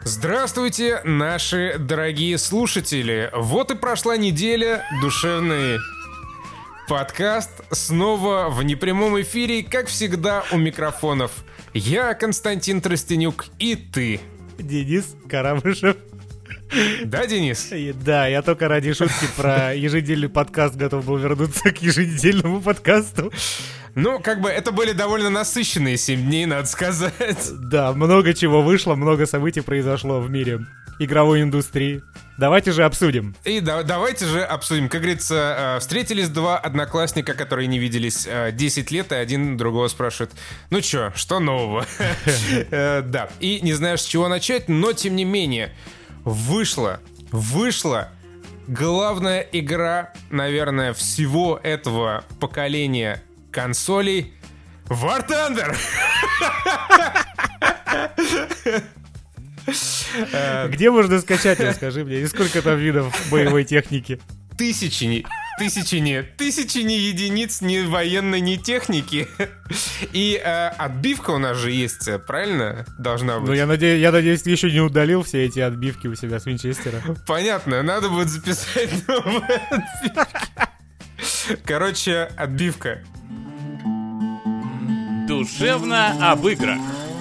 Здравствуйте, наши дорогие слушатели. Вот и прошла неделя, душевный подкаст снова в непрямом эфире, как всегда, у микрофонов. Я Константин Тростенюк и ты. Денис Карамышев. Да, Денис? Да, я только ради шутки про еженедельный подкаст готов был вернуться к еженедельному подкасту. Ну, это были довольно насыщенные 7 дней, надо сказать. Да, много чего вышло, много событий произошло в мире игровой индустрии. Давайте же обсудим. Давайте же обсудим. Как говорится, встретились два одноклассника, которые не виделись 10 лет, и один другого спрашивает: ну чё, что нового? Да, и не знаешь, с чего начать, но тем не менее, вышла главная игра, наверное, всего этого поколения консолей — War Thunder! Где можно скачать, скажи мне, и сколько там видов боевой техники? Тысячи не единиц ни военной, ни техники. И отбивка у нас же есть, правильно? Должна быть. Ну, я надеюсь, ты еще не удалил все эти отбивки у себя с Винчестера. Понятно, надо будет записать новые отбивки. Короче, отбивка. Душевно об играх.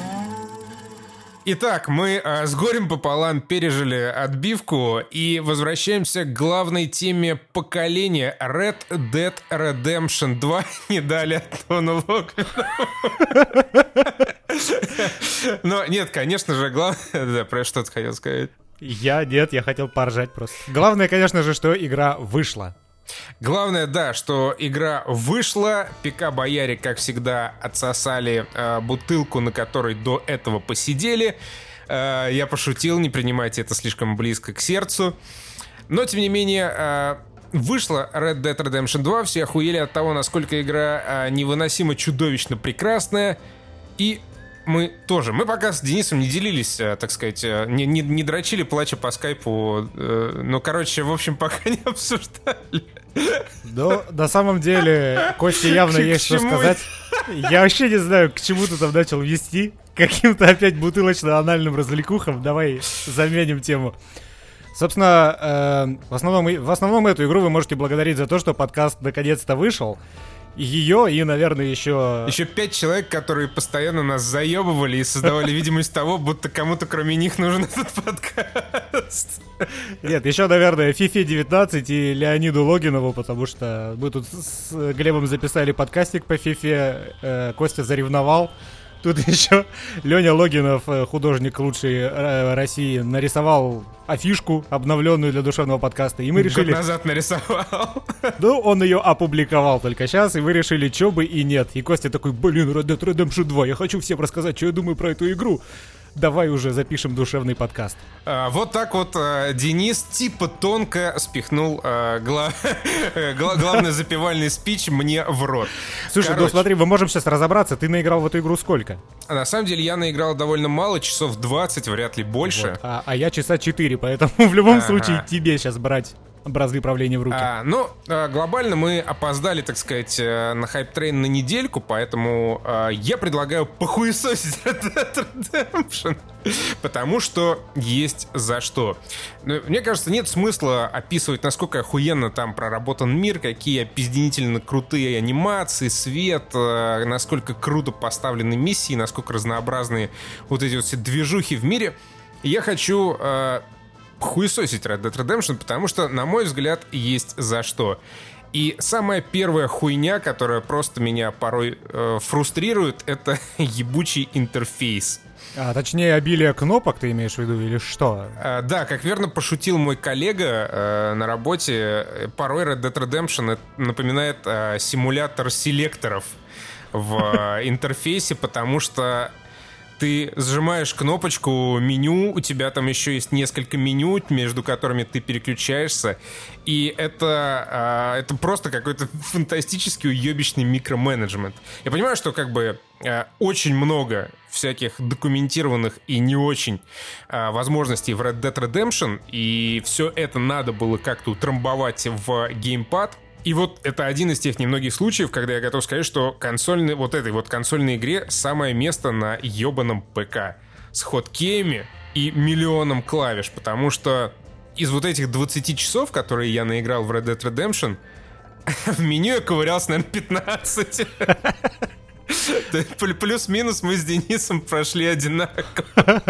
Итак, мы с горем пополам пережили отбивку и возвращаемся к главной теме поколения. Red Dead Redemption 2 не дали Антону Логвину. Но нет, конечно же, главное... Да, про что ты хотел сказать? Я хотел поржать просто. Главное, конечно же, что игра вышла. Главное, да, что игра вышла, ПК-бояре, как всегда, отсосали бутылку, на которой до этого посидели. Я пошутил, не принимайте это слишком близко к сердцу. Но, тем не менее, вышла Red Dead Redemption 2, все охуели от того, насколько игра невыносимо чудовищно прекрасная. И мы пока с Денисом не делились, так сказать, не дрочили плача по скайпу. Ну, короче, в общем, пока не обсуждали. Да, на самом деле, Косте явно есть что сказать. Я вообще не знаю, к чему ты там начал вести. Каким-то опять бутылочно-анальным развлекухам. Давай заменим тему. Собственно, в основном эту игру вы можете благодарить за то, что подкаст наконец-то вышел. Ее и, наверное, еще 5 человек, которые постоянно нас заебывали и создавали видимость того, будто кому-то кроме них нужен этот подкаст. Нет, еще, наверное, FIFA 19 и Леониду Логинову, потому что мы тут с Глебом записали подкастик по FIFA, Костя заревновал. Тут еще Леня Логинов, художник лучший России, нарисовал афишку, обновленную для душевного подкаста. И мы решили... Год назад нарисовал. Ну, он ее опубликовал только сейчас, и вы решили, чё бы и нет. И Костя такой: блин, Red Dead Redemption 2, я хочу всем рассказать, что я думаю про эту игру. Давай уже запишем душевный подкаст. Вот так вот Денис типа тонко спихнул главный запевальный спич мне в рот. Слушай, ну смотри, мы можем сейчас разобраться. Ты наиграл в эту игру сколько? На самом деле я наиграл довольно мало, часов 20, вряд ли больше. Вот. А я часа 4, поэтому в любом случае тебе сейчас брать бразды правления в руки. Глобально мы опоздали, так сказать, на хайп-трейн на недельку, поэтому я предлагаю похуесосить Red Dead Redemption, потому что есть за что. Мне кажется, нет смысла описывать, насколько охуенно там проработан мир, какие опизденительно крутые анимации, свет, насколько круто поставлены миссии, насколько разнообразные вот эти вот все движухи в мире. Я хочу... хуесосить Red Dead Redemption, потому что, на мой взгляд, есть за что. И самая первая хуйня, которая просто меня порой фрустрирует, это ебучий интерфейс. А точнее, обилие кнопок ты имеешь в виду или что? Да, как верно пошутил мой коллега на работе, порой Red Dead Redemption напоминает симулятор селекторов в интерфейсе, потому что ты сжимаешь кнопочку меню, у тебя там еще есть несколько меню, между которыми ты переключаешься, и это просто какой-то фантастический уебищный микроменеджмент. Я понимаю, что очень много всяких документированных и не очень возможностей в Red Dead Redemption, и все это надо было как-то утрамбовать в геймпад. И вот это один из тех немногих случаев, когда я готов сказать, что консольной игре самое место на ебаном ПК. С хоткеями, и миллионом клавиш, потому что из вот этих 20 часов, которые я наиграл в Red Dead Redemption, в меню я ковырялся, наверное, 15. Плюс-минус мы с Денисом прошли одинаково.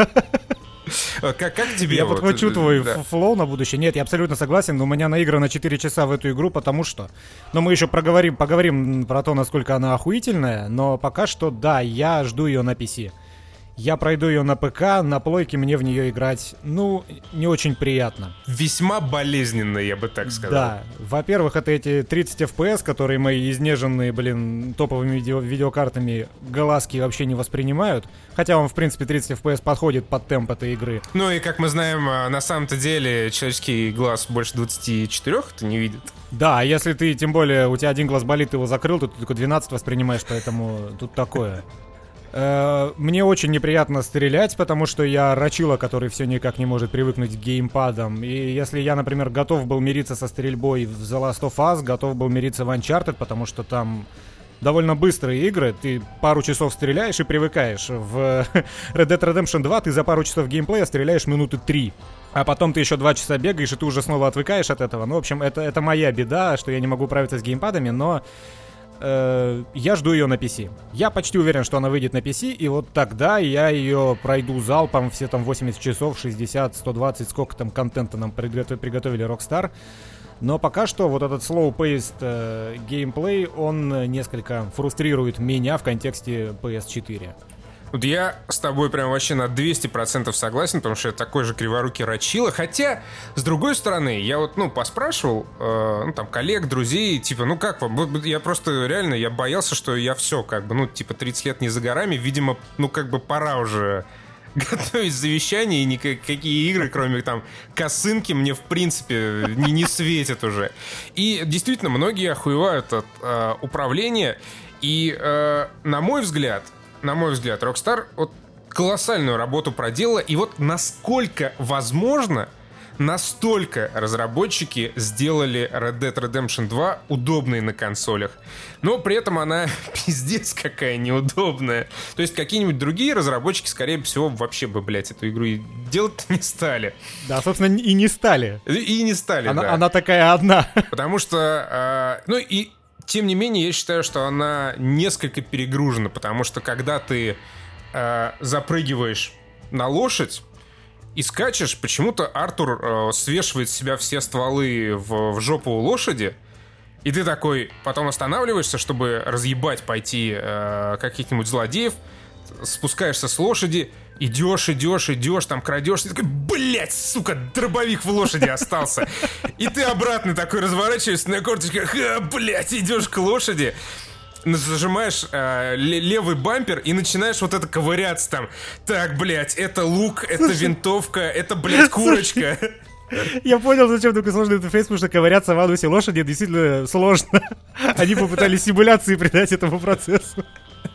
Как тебе? Я подхвачу твой флоу на будущее. Нет, я абсолютно согласен, но у меня наиграно 4 часа в эту игру, потому что... Но мы еще поговорим про то, насколько она охуительная, но пока что, да, я жду ее на PC. Я пройду ее на ПК, на плойке мне в нее играть, ну, не очень приятно. Весьма болезненно, я бы так сказал. Да, во-первых, это эти 30 FPS, которые мои изнеженные, топовыми видеокартами глазки вообще не воспринимают. Хотя он, в принципе, 30 FPS подходит под темп этой игры. Ну и, как мы знаем, на самом-то деле человеческий глаз больше 24 это не видит. Да, а если ты, тем более, у тебя один глаз болит, ты его закрыл, то ты только 12 воспринимаешь, поэтому тут такое... Мне очень неприятно стрелять, потому что я рачила, который все никак не может привыкнуть к геймпадам. И если я, например, готов был мириться со стрельбой в The Last of Us, готов был мириться в Uncharted, потому что там довольно быстрые игры, ты пару часов стреляешь и привыкаешь. В Red Dead Redemption 2 ты за пару часов геймплея стреляешь минуты 3. А потом ты еще 2 часа бегаешь, и ты уже снова отвыкаешь от этого. Ну, в общем, это моя беда, что я не могу управиться с геймпадами, но... я жду ее на PC. Я почти уверен, что она выйдет на PC, и вот тогда я ее пройду залпом, все там 80 часов, 60, 120, сколько там контента нам приготовили Rockstar. Но пока что вот этот slow-paced геймплей, он несколько фрустрирует меня в контексте PS4. Вот я с тобой прям вообще на 200% согласен, потому что я такой же криворукий рачила. Хотя, с другой стороны, я вот, поспрашивал, там, коллег, друзей, типа, ну как вам? Я просто реально, я боялся, что я все, 30 лет не за горами, видимо, пора уже готовить завещание, и никакие игры, кроме там косынки, мне в принципе не светят уже. И действительно, многие охуевают от управления, и на мой взгляд, Rockstar вот колоссальную работу проделала, и вот насколько возможно, настолько разработчики сделали Red Dead Redemption 2 удобной на консолях. Но при этом она пиздец какая неудобная. То есть какие-нибудь другие разработчики, скорее всего, вообще бы, эту игру делать не стали. Да, собственно, и не стали. И не стали, да. Она такая одна. Потому что, тем не менее, я считаю, что она несколько перегружена, потому что когда ты запрыгиваешь на лошадь и скачешь, почему-то Артур свешивает с себя все стволы в жопу лошади, и ты такой потом останавливаешься, чтобы разъебать, пойти каких-нибудь злодеев, спускаешься с лошади, идешь, там крадешься, и такой, блять, сука, дробовик в лошади остался. И ты обратно такой разворачиваешься на корточках, идешь к лошади, зажимаешь левый бампер и начинаешь вот это ковыряться там. Так, блять, это лук, это винтовка, это, блять, курочка. Я понял, зачем такой сложный интерфейс, потому что ковыряться в анусе лошади действительно сложно. Они попытались симуляции придать этому процессу.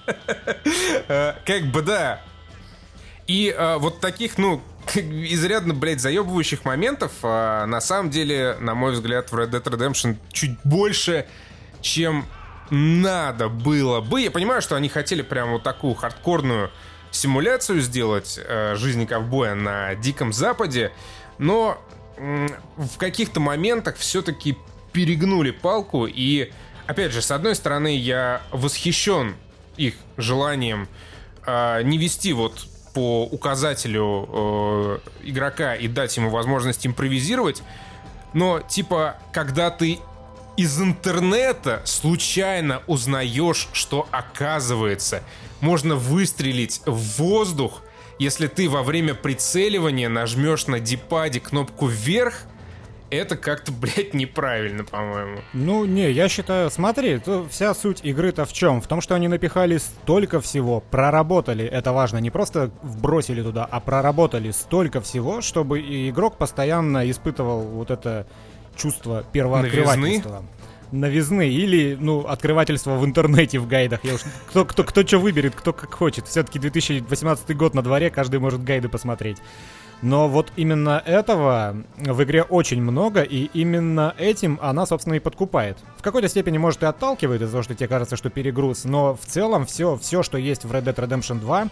Да. И вот таких, изрядно, заебывающих моментов, на самом деле, на мой взгляд, в Red Dead Redemption чуть больше, чем надо было бы. Я понимаю, что они хотели прям вот такую хардкорную симуляцию сделать жизни ковбоя на Диком Западе, но в каких-то моментах все-таки перегнули палку. И, опять же, с одной стороны, я восхищен их желанием не вести вот по указателю игрока и дать ему возможность импровизировать, но, когда ты из интернета случайно узнаешь, что, оказывается, можно выстрелить в воздух, если ты во время прицеливания нажмешь на дипаде кнопку вверх, это как-то, неправильно, по-моему. Я считаю, смотри, вся суть игры-то в чем? В том, что они напихали столько всего, проработали, это важно, не просто вбросили туда, а проработали столько всего, чтобы игрок постоянно испытывал вот это чувство первооткрывательства. Новизны или, открывательство в интернете, в гайдах. Кто что выберет, кто как хочет. Все-таки 2018 год на дворе, каждый может гайды посмотреть. Но вот именно этого в игре очень много, и именно этим она, собственно, и подкупает. В какой-то степени, может, и отталкивает из-за того, что тебе кажется, что перегруз, но в целом все, что есть в Red Dead Redemption 2,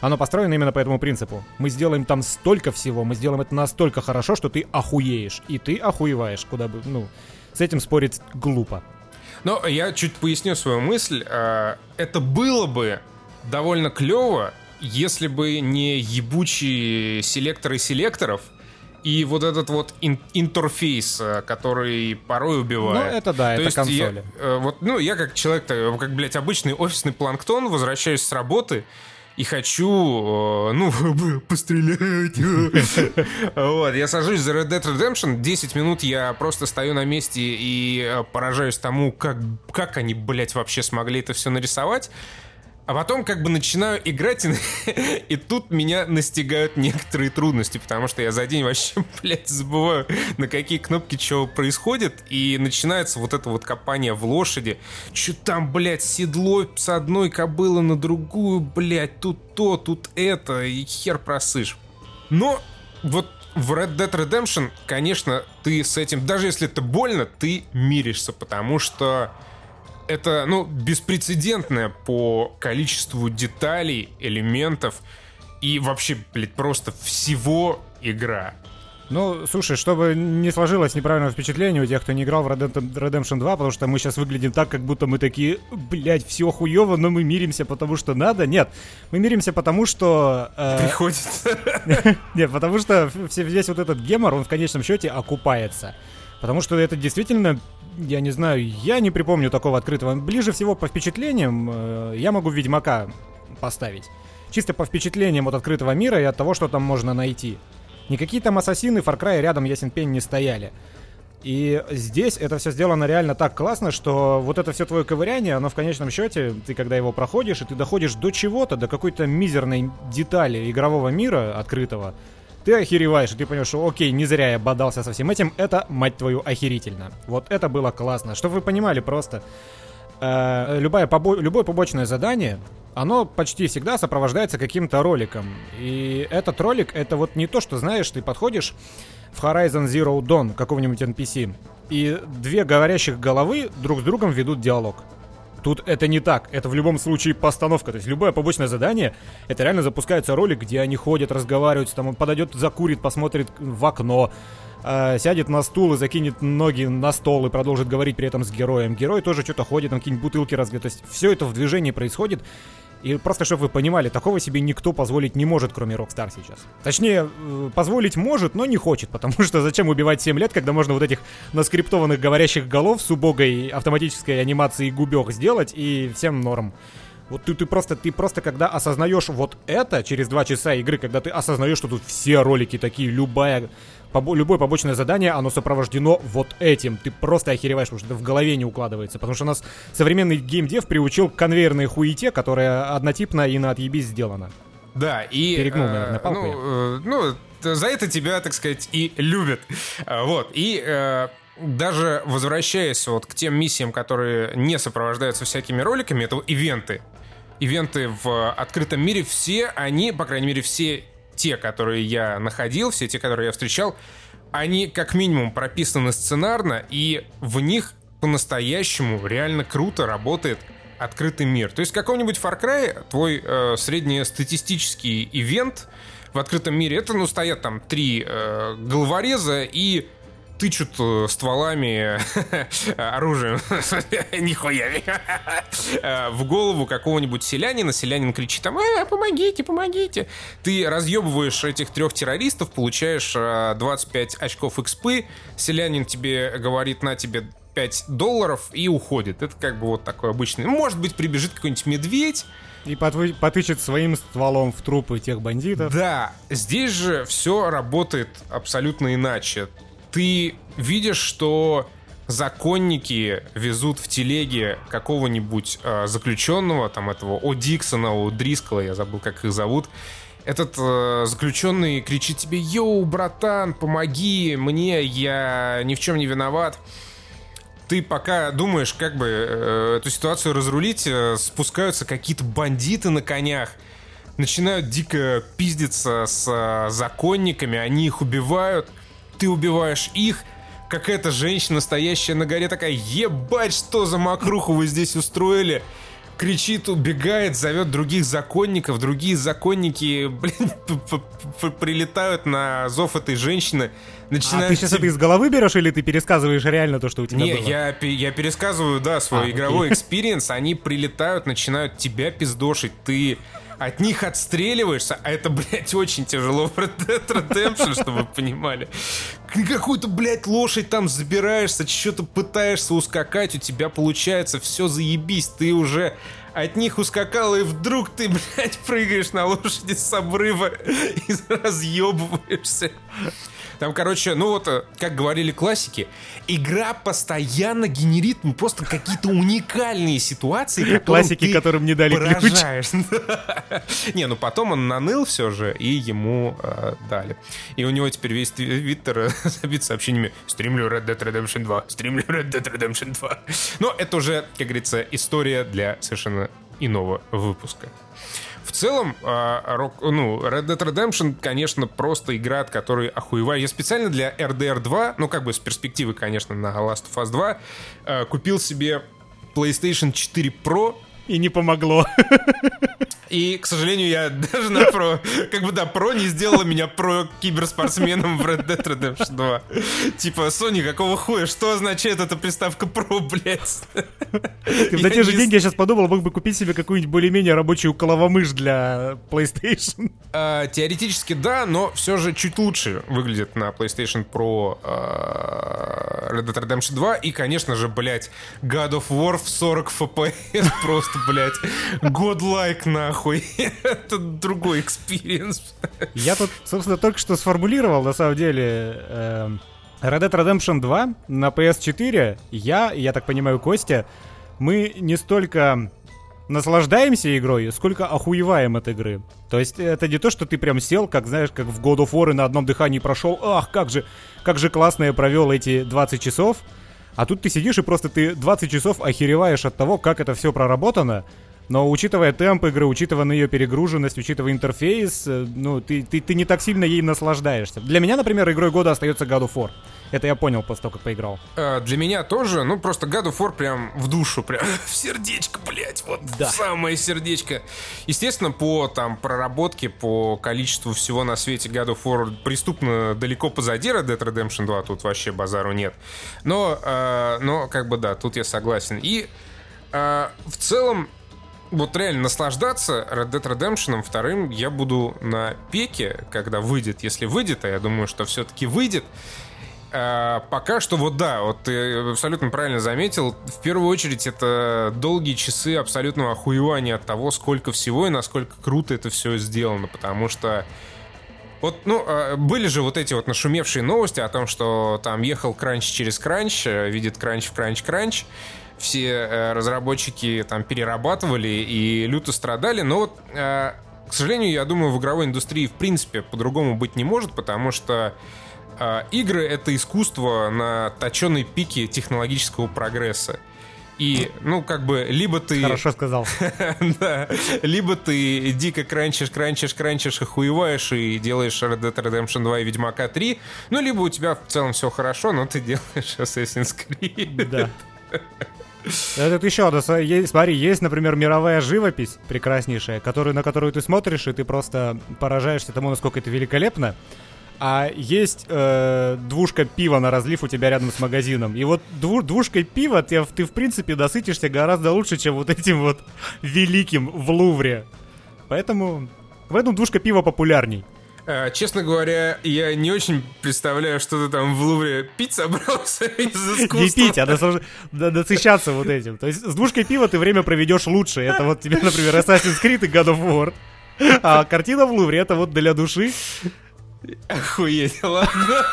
Оно построено именно по этому принципу. Мы сделаем там столько всего, мы сделаем это настолько хорошо, что ты охуеешь. И ты охуеваешь, куда бы, с этим спорить глупо. Но я чуть поясню свою мысль. Это было бы довольно клево, если бы не ебучие селекторы селекторов и вот этот вот интерфейс, который порой убивает. Ну, это да, то это консоли. Я как человек, как, блядь, обычный офисный планктон, возвращаюсь с работы и хочу, пострелять. Вот, я сажусь за Red Dead Redemption, 10 минут я просто стою на месте и поражаюсь тому, как они, блядь, вообще смогли это все нарисовать. А потом как бы начинаю играть, и тут меня настигают некоторые трудности, потому что я за день вообще, блядь, забываю, на какие кнопки что происходит, и начинается вот это вот копание в лошади. Чё там, блядь, седло с одной кобылы на другую, блядь, тут то, тут это, и хер просышь. Но вот в Red Dead Redemption, конечно, ты с этим, даже если это больно, ты миришься, потому что это, беспрецедентная по количеству деталей, элементов и вообще, блядь, просто всего игра. Слушай, чтобы не сложилось неправильное впечатление у тех, кто не играл в Red Dead Redemption 2, потому что мы сейчас выглядим так, как будто мы такие, блядь, все хуёво, но мы миримся, потому что надо. Нет, мы миримся, потому что... Приходится. Нет, потому что весь вот этот гемор, он в конечном счете окупается. Потому что это действительно, я не знаю, я не припомню такого открытого. Ближе всего по впечатлениям я могу Ведьмака поставить. Чисто по впечатлениям от открытого мира и от того, что там можно найти. Никакие там ассасины, Far Cry рядом, ясен пень, не стояли. И здесь это все сделано реально так классно, что вот это все твое ковыряние, оно в конечном счете, ты когда его проходишь, и ты доходишь до чего-то, до какой-то мизерной детали игрового мира открытого, ты охереваешь, и ты понимаешь, что окей, не зря я бодался со всем этим, это, мать твою, охерительно. Вот это было классно. Чтобы вы понимали просто, любое побочное задание, оно почти всегда сопровождается каким-то роликом. И этот ролик, это вот не то, что, знаешь, ты подходишь в Horizon Zero Dawn какого-нибудь NPC, и две говорящих головы друг с другом ведут диалог. Тут это не так, это в любом случае постановка. То есть любое побочное задание, это реально запускается ролик, где они ходят, разговаривают, там он подойдет, закурит, посмотрит в окно, сядет на стул и закинет ноги на стол и продолжит говорить при этом с героем. Герой тоже что-то ходит, там какие-нибудь бутылки разглядывает. То есть все это в движении происходит. И просто, чтобы вы понимали, такого себе никто позволить не может, кроме Rockstar сейчас. Точнее, позволить может, но не хочет, потому что зачем убивать 7 лет, когда можно вот этих наскриптованных говорящих голов с убогой автоматической анимацией губёх сделать, и всем норм. Вот ты просто когда осознаешь вот это через 2 часа игры, когда ты осознаешь, что тут все ролики такие, любое побочное задание, оно сопровождено вот этим. Ты просто охереваешь, потому что это в голове не укладывается. Потому что у нас современный геймдев приучил к конвейерной хуете, которая однотипно и на отъебись сделана. Да, и... Перегнул, наверное, палку. За это тебя, так сказать, и любят. Вот, и... Даже возвращаясь вот к тем миссиям, которые не сопровождаются всякими роликами, это ивенты. Ивенты в открытом мире, все они, по крайней мере, все те, которые я находил, все те, которые я встречал, они как минимум прописаны сценарно, и в них по-настоящему реально круто работает открытый мир. То есть в каком-нибудь Far Cry твой среднестатистический ивент в открытом мире, это, стоят там 3 головореза и тычут стволами, оружием, нихуя, в голову какого-нибудь селянина. Селянин кричит там: помогите, помогите. Ты разъебываешь этих 3 террористов, получаешь 25 очков экспы. Селянин тебе говорит: на тебе $5 и уходит. Это как бы вот такой обычный. Может быть, прибежит какой-нибудь медведь и потычет своим стволом в трупы тех бандитов. Да, здесь же все работает абсолютно иначе. Ты видишь, что законники везут в телеге какого-нибудь заключенного, там этого Диксона, Дрискала, я забыл, как их зовут. Этот заключенный кричит тебе: «Йоу, братан, помоги мне, я ни в чем не виноват». Ты пока думаешь, как бы эту ситуацию разрулить, спускаются какие-то бандиты на конях, начинают дико пиздиться с законниками, они их убивают. Ты убиваешь их, какая-то женщина, стоящая на горе, такая: ебать, что за мокруху вы здесь устроили? кричит, убегает, зовет других законников. Другие законники, прилетают на зов этой женщины. А ты сейчас это из головы берешь или ты пересказываешь реально то, что у тебя было? Не, я пересказываю, да, свой игровой экспириенс. Они прилетают, начинают тебя пиздошить. Ты от них отстреливаешься, а это, блядь, очень тяжело в Red Dead Redemption, чтобы вы понимали. Какую-то, блядь, лошадь там забираешься, что-то пытаешься ускакать, у тебя получается все заебись, ты уже от них ускакал, и вдруг ты, блядь, прыгаешь на лошади с обрыва и разъебываешься. Там, короче, ну вот, как говорили классики, игра постоянно генерит просто какие-то уникальные ситуации, классики, которым не дали ключ. Не, ну потом он наныл все же, и ему дали. И у него теперь весь твиттер забит сообщениями: «Стримлю Red Dead Redemption 2, стримлю Red Dead Redemption 2». Но это уже, как говорится, история для совершенно иного выпуска. В целом, Red Dead Redemption, конечно, просто игра, от которой охуеваю. Я специально для RDR 2, ну, как бы с перспективы, конечно, на Last of Us 2, купил себе PlayStation 4 Pro. И не помогло. И, к сожалению, я даже на Pro, как бы, да, Pro не сделала меня про-киберспортсменом в Red Dead Redemption 2. Типа, Sony, какого хуя? Что означает эта приставка Pro, блядь? Ты на те же деньги, я сейчас подумал, мог бы купить себе какую-нибудь более-менее рабочую головомышь для PlayStation. Теоретически, да, но все же чуть лучше выглядит на PlayStation Pro Red Dead Redemption 2. И, конечно же, блядь, God of War в 40 FPS просто, блядь, godlike, нахуй. Это другой экспириенс. Я тут, собственно, только что сформулировал, на самом деле, Red Dead Redemption 2 на PS4. Я так понимаю, Костя, мы не столько наслаждаемся игрой, сколько охуеваем от игры. То есть это не то, что ты прям сел, как, знаешь, как в God of War и на одном дыхании прошел. Ах, как же классно я провел эти 20 часов. А тут ты сидишь и просто ты 20 часов охереваешь от того, как это все проработано. Но учитывая темп игры, учитывая ее перегруженность, учитывая интерфейс, ну, ты не так сильно ей наслаждаешься. Для меня, например, игрой года остается God of War. Это я понял после того, как поиграл. Для меня тоже, ну, просто God of War прям в душу, прям в сердечко, блять, вот да. В самое сердечко. Естественно, по там проработке, по количеству всего на свете God of War преступно далеко позади Red Dead Redemption 2, тут вообще базару нет. Но как бы да, тут я согласен. И в целом, вот реально наслаждаться Red Dead Redemption 2 я буду на пеке, когда выйдет, если выйдет, а я думаю, что все-таки выйдет. Пока что вот да, вот ты абсолютно правильно заметил, в первую очередь это долгие часы абсолютного охуевания от того, сколько всего и насколько круто это все сделано, потому что вот, ну, были же вот эти вот нашумевшие новости о том, что там ехал кранч через кранч, видит кранч в кранч-кранч. Все разработчики там перерабатывали и люто страдали, но вот, к сожалению, я думаю, в игровой индустрии в принципе по-другому быть не может, потому что игры — это искусство на точенной пике технологического прогресса. И, ну, как бы, либо ты... Хорошо сказал. Да, либо ты дико кранчишь, охуеваешь и делаешь Red Dead Redemption 2 и Ведьмака 3, ну, либо у тебя в целом все хорошо, но ты делаешь Assassin's Creed. Да. Это еще одно. Смотри, есть, например, мировая живопись прекраснейшая, на которую ты смотришь, и ты просто поражаешься тому, насколько это великолепно. А есть двушка пива на разлив у тебя рядом с магазином. И вот двушкой пива ты в принципе насытишься гораздо лучше, чем вот этим вот великим в Лувре. Поэтому в этом двушка пива популярней. Честно говоря, я не очень представляю, что ты там в Лувре пить собрался из искусства. Не пить, а насыщаться вот этим. То есть с двушкой пива ты время проведешь лучше. Это вот тебе, например, Assassin's Creed и God of War. А картина в Лувре — это вот для души. Охуеть, ладно.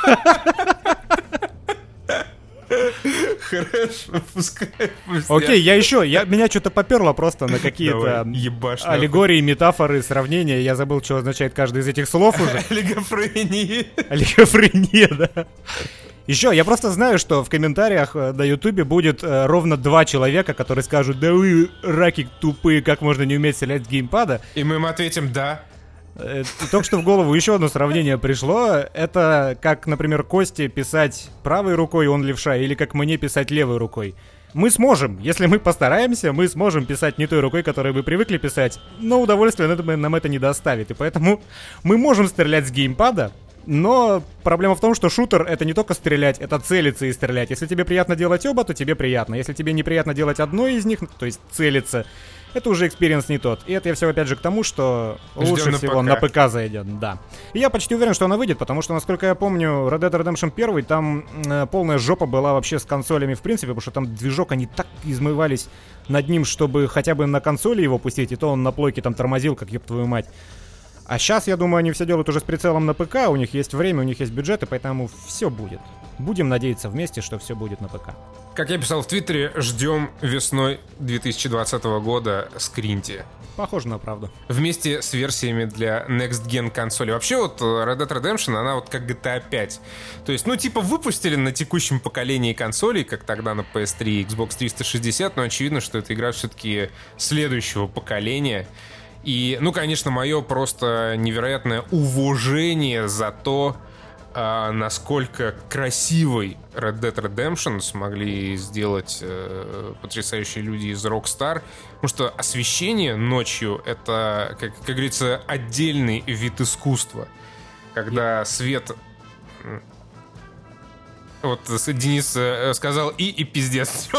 Хорошо, пускай. Окей, меня что-то поперло просто на какие-то аллегории, метафоры, сравнения. Я забыл, что означает каждый из этих слов уже. Олигофрения, да. Еще, я просто знаю, что в комментариях на Ютубе будет ровно 2 человека, которые скажут: да вы, раки тупые, как можно не уметь стрелять с геймпада. И мы им ответим: да. Только что в голову еще одно сравнение пришло. Это как, например, Косте писать правой рукой, он левша, или как мне писать левой рукой. Мы сможем, если мы постараемся, мы сможем писать не той рукой, которой мы привыкли писать, но удовольствие нам это не доставит. И поэтому мы можем стрелять с геймпада, но проблема в том, что шутер — это не только стрелять, это целиться и стрелять. Если тебе приятно делать оба, то тебе приятно. Если тебе неприятно делать одно из них, то есть целиться, это уже экспириенс не тот. И это я все опять же к тому, что лучше всего на ПК зайдет, да. И я почти уверен, что она выйдет, потому что, насколько я помню, Red Dead Redemption 1, там полная жопа была вообще с консолями в принципе, потому что там движок, они так измывались над ним, чтобы хотя бы на консоли его пустить, и то он на плойке там тормозил, как ёб твою мать. А сейчас, я думаю, они все делают уже с прицелом на ПК, у них есть время, у них есть бюджет, и поэтому все будет. Будем надеяться вместе, что все будет на ПК. Как я писал в Твиттере, ждем весной 2020 года скринти. Похоже на правду. Вместе с версиями для Next Gen консоли. Вообще вот Red Dead Redemption, она вот как GTA 5. То есть, выпустили на текущем поколении консолей, как тогда на PS3 и Xbox 360, но очевидно, что эта игра все-таки следующего поколения. И, конечно, мое просто невероятное уважение за то, насколько красивой Red Dead Redemption смогли сделать потрясающие люди из Rockstar. Потому что освещение ночью — это, как говорится, отдельный вид искусства. Когда свет... Вот Денис сказал и пиздец.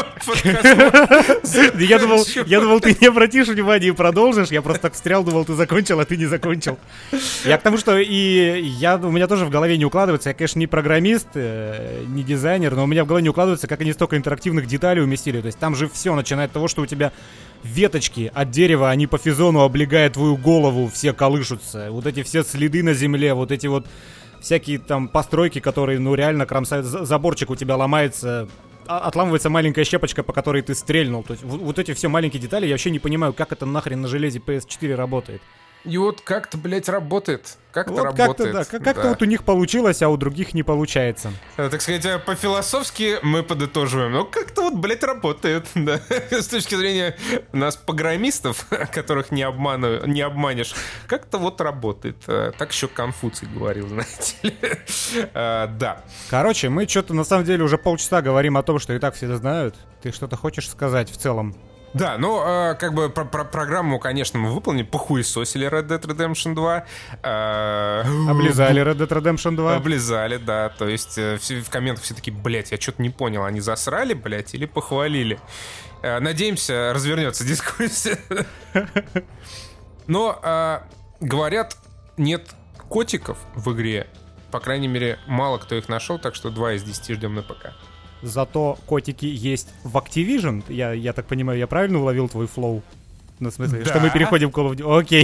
Я думал, ты не обратишь внимания и продолжишь. Я просто так встрял, думал, ты закончил, а ты не закончил. Я к тому, что у меня тоже в голове не укладывается. Я, конечно, не программист, не дизайнер, но у меня в голове не укладывается, как они столько интерактивных деталей уместили. То есть там же все, начиная от того, что у тебя веточки от дерева, они по физону, облегая твою голову, все колышутся. Вот эти все следы на земле, вот эти вот всякие там постройки, которые, реально кромсают. Заборчик у тебя ломается, отламывается маленькая щепочка, по которой ты стрельнул. То есть вот эти все маленькие детали, я вообще не понимаю, как это нахрен на железе PS4 работает. И вот как-то, блядь, работает. Как-то вот работает. Как-то, да. Как-то вот у них получилось, а у других не получается. Так сказать, по-философски мы подытоживаем. Но как-то вот, блядь, работает. Да. С точки зрения нас, программистов, которых не обманешь, как-то вот работает. Так еще Конфуций говорил, знаете ли. Да. Короче, мы что-то на самом деле уже полчаса говорим о том, что и так все знают. Ты что-то хочешь сказать в целом? Да, программу, конечно, мы выполнили, похуесосили Red Dead Redemption 2. Облизали Red Dead Redemption 2. Облизали, да, то есть в комментах все такие, блять, я что-то не понял, они засрали, блять, или похвалили? Надеемся, развернется дискуссия. Но, говорят, нет котиков в игре, по крайней мере, мало кто их нашел, так что 2 из 10 ждем на ПК. Зато котики есть в Activision. Я так понимаю, я правильно уловил твой флоу? Ну, в смысле, да. Что мы переходим к Call of Duty. Окей.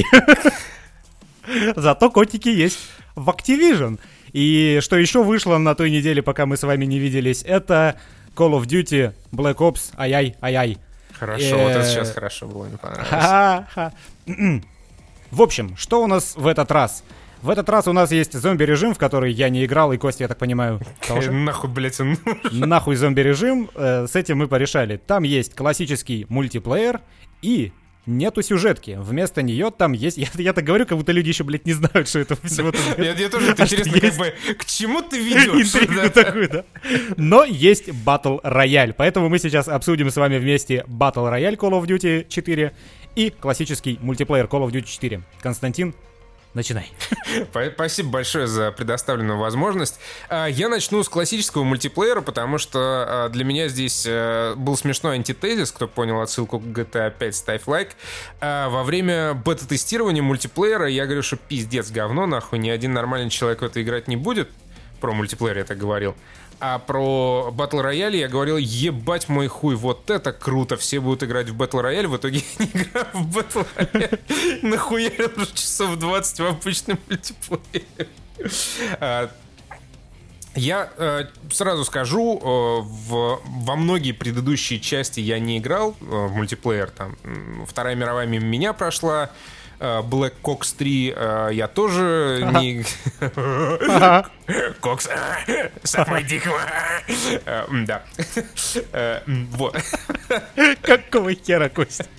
Зато котики есть в Activision. И что еще вышло на той неделе, пока мы с вами не виделись, это Call of Duty Black Ops. Ай-яй. Хорошо, вот это сейчас хорошо было, не понравилось. В общем, что у нас в этот раз? В этот раз у нас есть зомби-режим, в который я не играл, и Костя, я так понимаю, тоже. Нахуй, блядь, он нужен. Нахуй зомби-режим, с этим мы порешали. Там есть классический мультиплеер и нету сюжетки. Вместо нее там есть... Я так говорю, как будто люди еще, блядь, не знают, что это всего-то... Мне тоже интересно, как бы, к чему ты ведешь? Интригу такую, да. Но есть Battle Royale, поэтому мы сейчас обсудим с вами вместе Battle Royale Call of Duty 4 и классический мультиплеер Call of Duty 4. Константин, начинай. Спасибо большое за предоставленную возможность. Я начну с классического мультиплеера, потому что для меня здесь был смешной антитезис. Кто понял отсылку к GTA 5, ставь лайк. Во время бета-тестирования мультиплеера я говорю, что пиздец, говно, нахуй, ни один нормальный человек в это играть не будет. Про мультиплеер я так говорил. А про Battle Royale я говорил, ебать мой хуй, вот это круто, все будут играть в Battle Royale, в итоге я не играю в Battle Royale, нахуярил уже часов 20 в обычном мультиплеере. Я сразу скажу, во многие предыдущие части я не играл в мультиплеер, там Вторая мировая мимо меня прошла, Black Ops 3 я тоже не... Кокс, suck my dick. Да. Вот. Какого хера, Костя?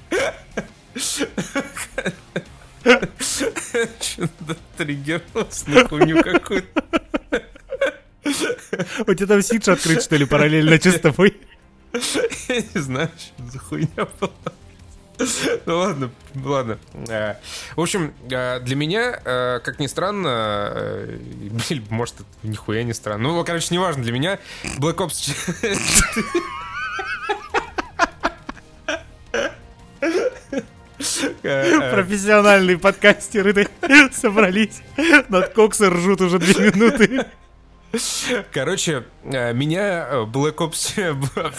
Что-то триггернулся на хуйню какую-то. У тебя там Сидж открыт, что ли, параллельно с тобой? Я не знаю, что за хуйня была. Ну ладно. В общем, для меня, как ни странно, может, это нихуя не странно. Ну, короче, неважно, для меня Black Ops 4... Профессиональные подкастеры собрались. Над Коксом ржут уже 2 минуты. Короче, меня Black Ops...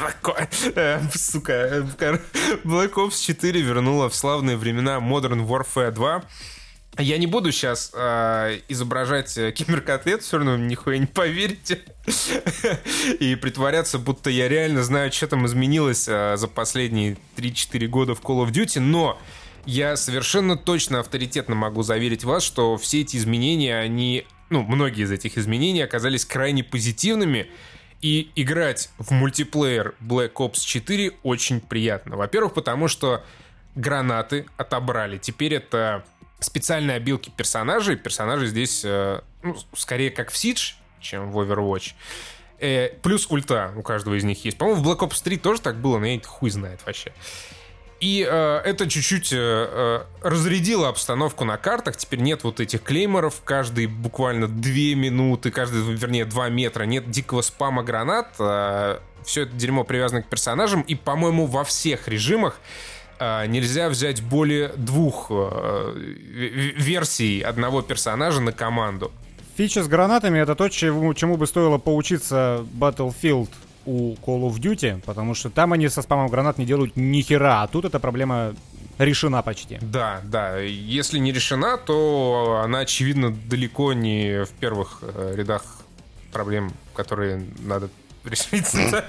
Сука. Black Ops 4 вернула в славные времена Modern Warfare 2. Я не буду сейчас изображать киберкотлет, все равно нихуя не поверите. И притворяться, будто я реально знаю, что там изменилось за последние 3-4 года в Call of Duty, но я совершенно точно авторитетно могу заверить вас, что все эти изменения, они... Ну, многие из этих изменений оказались крайне позитивными, и играть в мультиплеер Black Ops 4 очень приятно. Во-первых, потому что гранаты отобрали. Теперь это специальные обилки персонажей. Персонажи здесь, скорее как в Siege, чем в Overwatch. Плюс ульта у каждого из них есть. По-моему, в Black Ops 3 тоже так было, но я хуй знает вообще. И это чуть-чуть разрядило обстановку на картах. Теперь нет вот этих клейморов. Каждые буквально 2 минуты, 2 метра. Нет дикого спама гранат. Все это дерьмо привязано к персонажам. И, по-моему, во всех режимах нельзя взять более 2 версий одного персонажа на команду. Фича с гранатами — это то, чему бы стоило поучиться Battlefield у Call of Duty, потому что там они со спамом гранат не делают ни хера, а тут эта проблема решена почти. Да. Если не решена, то она, очевидно, далеко не в первых рядах проблем, которые надо решить.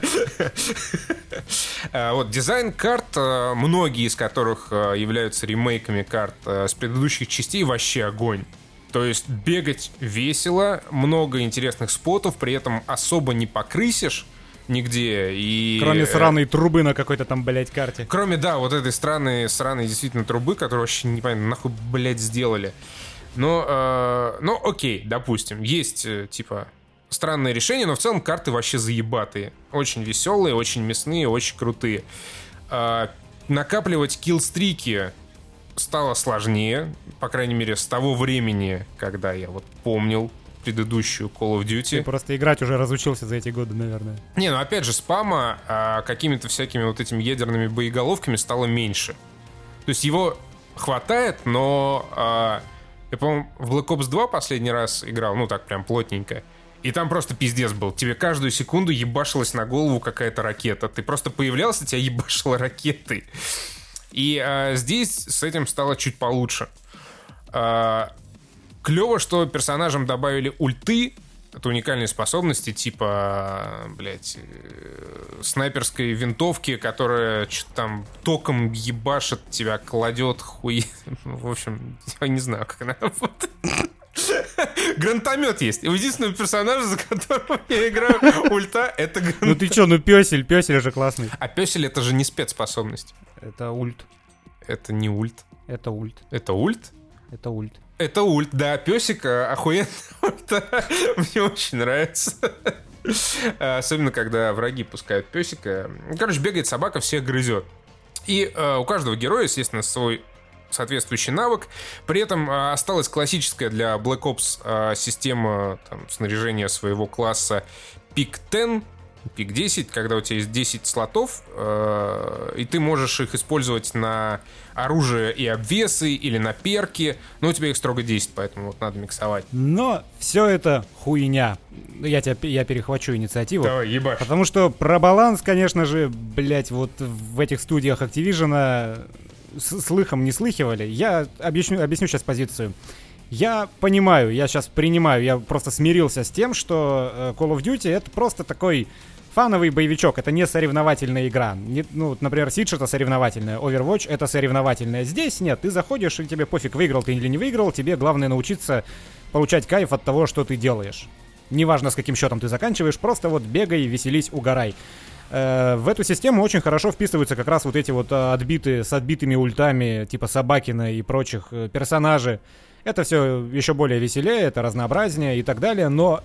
Вот, дизайн карт, многие из которых являются ремейками карт с предыдущих частей, вообще огонь. То есть бегать весело, много интересных спотов, при этом особо не покрысишь нигде. И... Кроме сраной трубы на какой-то там, блядь, карте. Кроме, да, вот этой сраной действительно трубы, которую вообще непонятно нахуй, блядь, сделали. Но окей, допустим, есть, типа, странные решения, но в целом карты вообще заебатые. Очень веселые, очень мясные, очень крутые. Накапливать киллстрики стало сложнее, по крайней мере, с того времени, когда я вот помнил предыдущую Call of Duty. Ты просто играть уже разучился за эти годы, наверное. Не, ну опять же, спама какими-то всякими вот этими ядерными боеголовками стало меньше. То есть его хватает, но я, по-моему, в Black Ops 2 последний раз играл, ну так прям плотненько. И там просто пиздец был. Тебе каждую секунду ебашилась на голову какая-то ракета. Ты просто появлялся, тебя ебашило ракетой. И здесь с этим стало чуть получше. Клево, что персонажам добавили ульты. Это уникальные способности, типа, блядь, снайперской винтовки, которая что-то там током ебашит, тебя кладет, хуй. В общем, я не знаю, как она работает. Гранатомет есть. И единственный персонаж, за которым я играю, ульта, это гранатомет. Ну ты чё, пёсель же классный. А пёсель — это же не спецспособность. Это ульт. Это не ульт. Это ульт. Это ульт? Это ульт. Это ульт, да. Пёсик охуенно. Мне очень нравится. Особенно, когда враги пускают пёсика. Короче, бегает собака, всех грызет. И у каждого героя, естественно, свой соответствующий навык. При этом осталась классическая для Black Ops система там, снаряжения своего класса Пик 10, Пик 10, когда у тебя есть 10 слотов, и ты можешь их использовать на оружие и обвесы, или на перки, но у тебя их строго 10, поэтому вот надо миксовать. Но все это хуйня. Я перехвачу инициативу. Давай, ебашь. Потому что про баланс, конечно же, блять, вот в этих студиях Activision слыхом не слыхивали. Я объясню сейчас позицию. Я понимаю, я сейчас принимаю, я просто смирился с тем, что Call of Duty — это просто такой фановый боевичок, это не соревновательная игра. Ну, например, Siege — это соревновательная, Overwatch — это соревновательная. Здесь нет, ты заходишь, и тебе пофиг, выиграл ты или не выиграл, тебе главное научиться получать кайф от того, что ты делаешь. Неважно, с каким счетом ты заканчиваешь, просто вот бегай, веселись, угорай. В эту систему очень хорошо вписываются как раз вот эти вот с отбитыми ультами, типа Собакина и прочих персонажей. Это все еще более веселее, это разнообразнее и так далее, но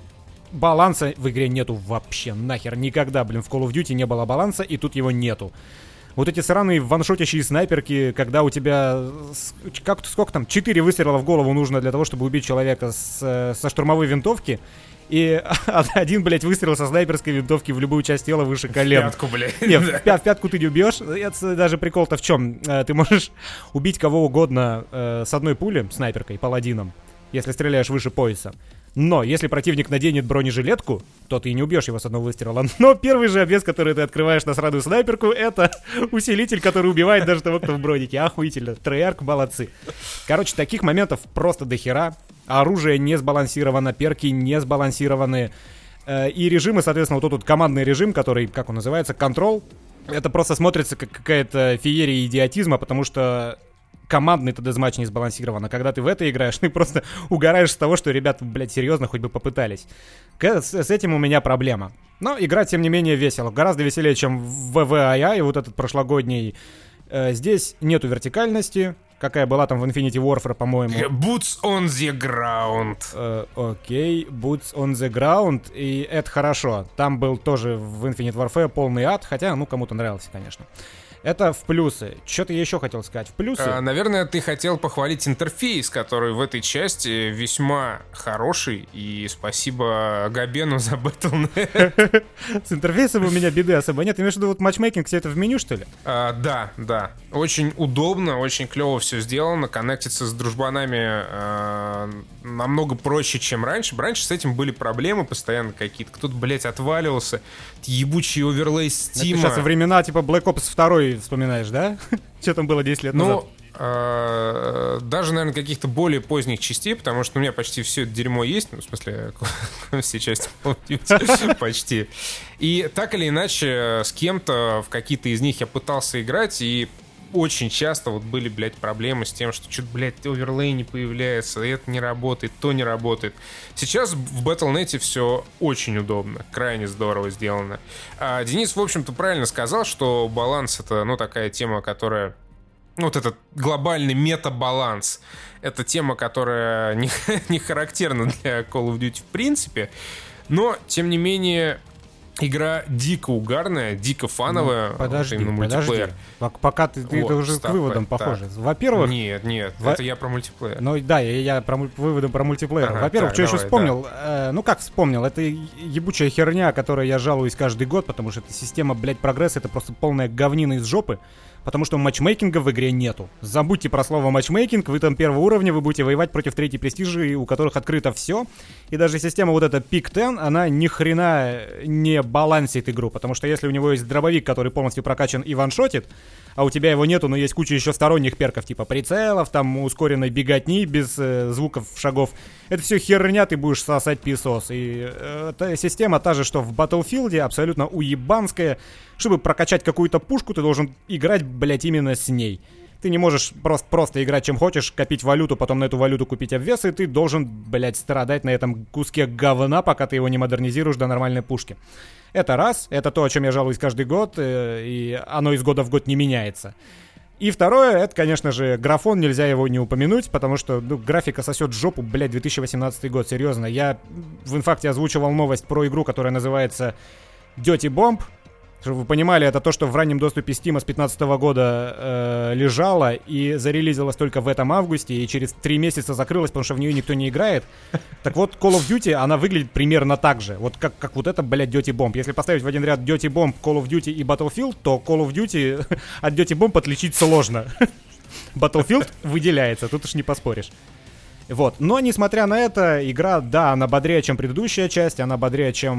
баланса в игре нету вообще нахер. Никогда, блин, в Call of Duty не было баланса, и тут его нету. Вот эти сраные ваншотящие снайперки, когда у тебя, сколько там, 4 выстрела в голову нужно для того, чтобы убить человека со штурмовой винтовки, и один, блядь, выстрел со снайперской винтовки в любую часть тела выше колен. В пятку, блядь. Не, в пятку ты не убьешь. Это даже прикол-то в чем? Ты можешь убить кого угодно с одной пули, снайперкой, паладином, если стреляешь выше пояса. Но если противник наденет бронежилетку, то ты не убьешь его с одного выстрела. Но первый же обвес, который ты открываешь на сраную снайперку, это усилитель, который убивает даже того, кто в бронике. Охуительно. Трейарх, молодцы. Короче, таких моментов просто дохера. Оружие не сбалансировано, перки не сбалансированы. И режимы, соответственно, вот тут командный режим, который, как он называется, контрол. Это просто смотрится как какая-то феерия идиотизма, потому что командный-то дезматч не сбалансирован. А когда ты в это играешь, ты просто угораешь с того, что ребята, блядь, серьезно хоть бы попытались. С этим у меня проблема. Но играть, тем не менее, весело. Гораздо веселее, чем в VVII, вот этот прошлогодний. Здесь нету вертикальности, какая была там в Infinity Warfare, по-моему. Boots on the ground. Окей, Boots on the ground, и это хорошо. Там был тоже в Infinite Warfare полный ад, хотя, ну, кому-то нравился, конечно. Это в плюсы. Что-то я еще хотел сказать. В плюсы... Наверное, ты хотел похвалить интерфейс, который в этой части весьма хороший. И спасибо Габену за Battle.net. С интерфейсом у меня беды особо нет. Ты имеешь в виду вот матчмейкинг, все это в меню, что ли? Да. Очень удобно, очень клево все сделано. Коннектиться с дружбанами намного проще, чем раньше. Раньше с этим были проблемы постоянно какие-то. Кто-то, блядь, отваливался. Ебучий оверлей Стима. Это сейчас во времена типа Black Ops 2 вспоминаешь, да? Что там было 10 лет назад? Даже, наверное, каких-то более поздних частей, потому что у меня почти все это дерьмо есть, ну, в смысле, все части почти. И так или иначе, с кем-то в какие-то из них я пытался играть, и очень часто вот были, блядь, проблемы с тем, что что-то, блядь, оверлей не появляется, это не работает, то не работает. Сейчас в Battle.net все очень удобно, крайне здорово сделано. Денис, в общем-то, правильно сказал, что баланс — это, ну, такая тема, которая... Вот этот глобальный мета-баланс. Это тема, которая не характерна для Call of Duty в принципе, но, тем не менее... Игра дико угарная, дико фановая. Подожди. Мультиплеер. Пока ты уже к выводам похоже. Во-первых... Нет, это я про мультиплеер. Ну да, я про выводом про мультиплеер. Во-первых, что еще вспомнил? Да. Ну как вспомнил? Это ебучая херня, о которой я жалуюсь каждый год, потому что эта система, блядь, прогресса, это просто полная говнина из жопы. Потому что матчмейкинга в игре нету. Забудьте про слово матчмейкинг, вы там первого уровня, вы будете воевать против третьей престижи, у которых открыто все. И даже система вот эта Pick 10, она ни хрена не балансит игру. Потому что если у него есть дробовик, который полностью прокачан и ваншотит, а у тебя его нету, но есть куча еще сторонних перков, типа прицелов, там ускоренной беготни без звуков шагов. Это все херня, ты будешь сосать песос. И система та же, что в Battlefield, абсолютно уебанская. Чтобы прокачать какую-то пушку, ты должен играть, блять, именно с ней. Ты не можешь просто играть чем хочешь, копить валюту, потом на эту валюту купить обвесы, ты должен, блять, страдать на этом куске говна, пока ты его не модернизируешь до нормальной пушки. Это раз, это то, о чем я жалуюсь каждый год, и оно из года в год не меняется. И второе, это, конечно же, графон, нельзя его не упомянуть, потому что, графика сосет жопу, блядь, 2018 год, серьезно. Я в инфакте озвучивал новость про игру, которая называется Dirty Bomb. Чтобы вы понимали, это то, что в раннем доступе Steam с 2015 года лежало и зарелизилось только в этом августе, и через 3 месяца закрылось, потому что в нее никто не играет. Так вот, Call of Duty, она выглядит примерно так же. Вот как вот это, блядь, Dirty Bomb. Если поставить в один ряд Dirty Bomb, Call of Duty и Battlefield, то Call of Duty от Dirty Bomb отличить сложно. Battlefield выделяется, тут уж не поспоришь. Вот. Но, несмотря на это, игра, да, она бодрее, чем предыдущая часть, она бодрее, чем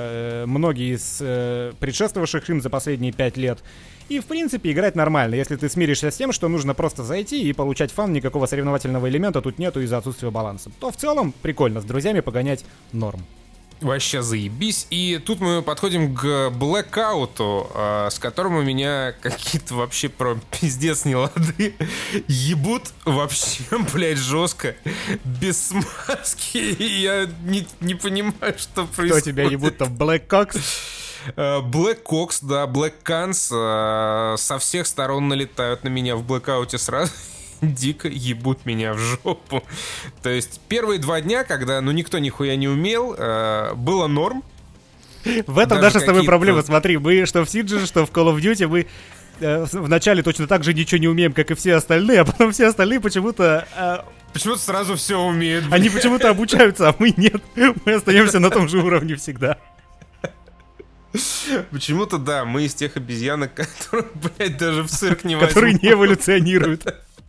многие из предшествовавших им за последние 5 лет. И, в принципе, играть нормально, если ты смиришься с тем, что нужно просто зайти и получать фан, никакого соревновательного элемента тут нету из-за отсутствия баланса. То в целом прикольно, с друзьями погонять норм. Вообще заебись. И тут мы подходим к Blackout, с которым у меня какие-то вообще про пиздец нелады ебут вообще, блядь, жестко, без смазки. Я не понимаю, что происходит. Кто тебя ебут-то, Black Cox? Black Cox, да, Black Cans со всех сторон налетают на меня в Blackout сразу. дико ебут меня в жопу. То есть первые 2 дня, когда никто нихуя не умел, было норм. В этом наша с тобой проблема, смотри, мы что в Siege, что в Call of Duty, мы вначале точно так же ничего не умеем, как и все остальные, а потом все остальные почему-то... Почему-то сразу все умеют. Они почему-то обучаются, а мы нет. Мы остаемся на том же уровне всегда. Почему-то, да, мы из тех обезьянок, которые, блядь, даже в цирк не возьмут. Которые не эволюционируют.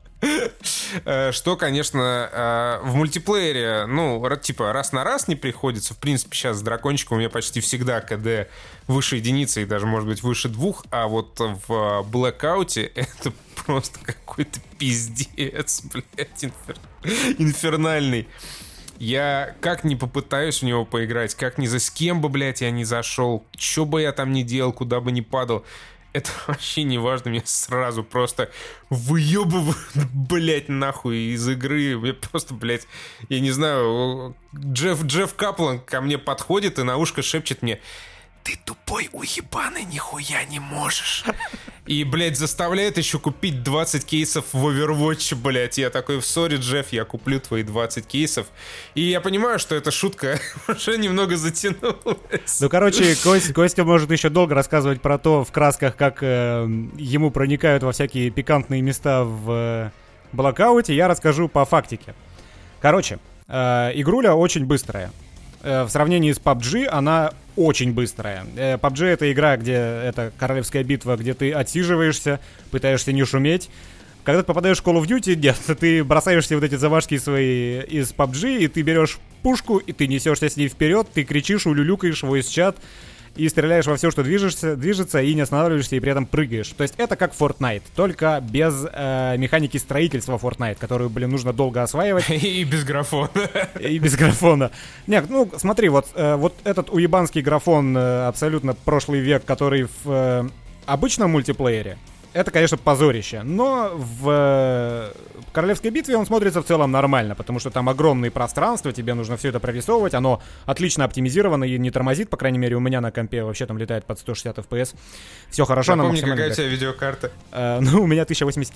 Что, конечно, в мультиплеере, типа раз на раз не приходится. В принципе, сейчас с дракончиком у меня почти всегда КД выше единицы и даже, может быть, выше 2. А вот в Blackout это просто какой-то пиздец, блядь, инфернальный. Я как ни попытаюсь в него поиграть, как ни за с кем бы, блядь, я не зашел, что бы я там ни делал, куда бы ни падал, это вообще не важно, меня сразу просто выебывают, блядь, нахуй из игры. Мне просто, блядь, я не знаю, Джефф Каплан ко мне подходит и на ушко шепчет мне: ты тупой уебаный, нихуя не можешь. И, блядь, заставляет еще купить 20 кейсов в Overwatch, блядь. Я такой: сори, Джефф, я куплю твои 20 кейсов. И я понимаю, что эта шутка уже немного затянулась. Ну, короче, Костя может еще долго рассказывать про то в красках, как ему проникают во всякие пикантные места в Blackout. Я расскажу по фактике. Короче, игруля очень быстрая. В сравнении с PUBG она очень быстрая. PUBG — это игра, где это королевская битва, где ты отсиживаешься, пытаешься не шуметь. Когда ты попадаешь в Call of Duty, нет, ты бросаешься вот эти замашки свои из PUBG, и ты берешь пушку, и ты несешься с ней вперед, ты кричишь, улюлюкаешь, voice-чат, и стреляешь во все, что движется, и не останавливаешься, и при этом прыгаешь. То есть это как Fortnite, только без механики строительства Fortnite, которую, нужно долго осваивать. И без графона. И без графона. Нет, смотри, вот этот уебанский графон абсолютно прошлый век, который в обычном мультиплеере, это, конечно, позорище, но в королевской битве он смотрится в целом нормально, потому что там огромные пространства, тебе нужно все это прорисовывать, оно отлично оптимизировано и не тормозит, по крайней мере, у меня на компе вообще там летает под 160 FPS. Все хорошо. Напомни, какая у тебя видеокарта? У меня 1080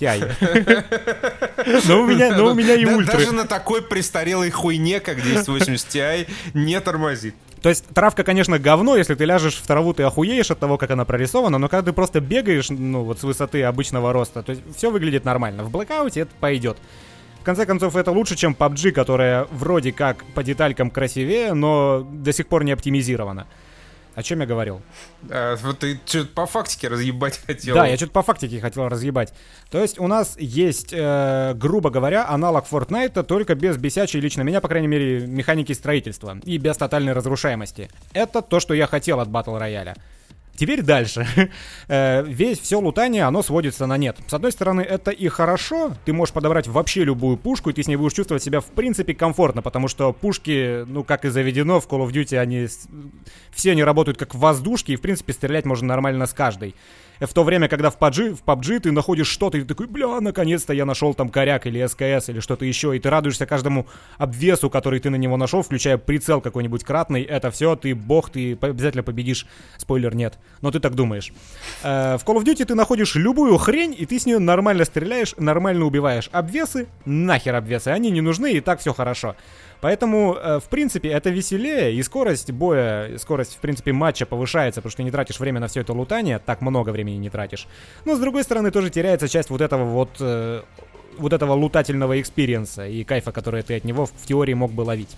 Ti. Но у меня и ультра. Даже на такой престарелой хуйне, как 1080 Ti, не тормозит. То есть травка, конечно, говно, если ты ляжешь в траву, ты охуеешь от того, как она прорисована, но когда ты просто бегаешь, с высоты обычного роста, то есть все выглядит нормально. В Blackout это пойдет. В конце концов, это лучше, чем PUBG, которая вроде как по деталькам красивее, но до сих пор не оптимизирована. О чем я говорил? Вот ты что-то по фактике разъебать хотел. Да, я что-то по фактике хотел разъебать. То есть у нас есть, грубо говоря, аналог Fortnite, только без бесячей, лично меня, по крайней мере, механики строительства и без тотальной разрушаемости. Это то, что я хотел от Battle Royale. Теперь дальше. Все лутание, оно сводится на нет. С одной стороны, это и хорошо. Ты можешь подобрать вообще любую пушку, и ты с ней будешь чувствовать себя в принципе комфортно, потому что пушки, как и заведено в Call of Duty, все они работают как воздушки, и в принципе стрелять можно нормально с каждой. В то время, когда в PUBG ты находишь что-то, и ты такой: бля, наконец-то я нашел там коряк или СКС или что-то еще, и ты радуешься каждому обвесу, который ты на него нашел, включая прицел какой-нибудь кратный. Это все, ты бог, ты обязательно победишь. Спойлер, нет, но ты так думаешь. В Call of Duty ты находишь любую хрень, и ты с нее нормально стреляешь, нормально убиваешь. Обвесы, нахер обвесы, они не нужны, и так все хорошо. Поэтому, в принципе, это веселее, и скорость боя, скорость, в принципе, матча повышается, потому что ты не тратишь время на все это лутание, так много времени не тратишь. Но, с другой стороны, тоже теряется часть вот этого лутательного экспириенса и кайфа, который ты от него в теории мог бы ловить.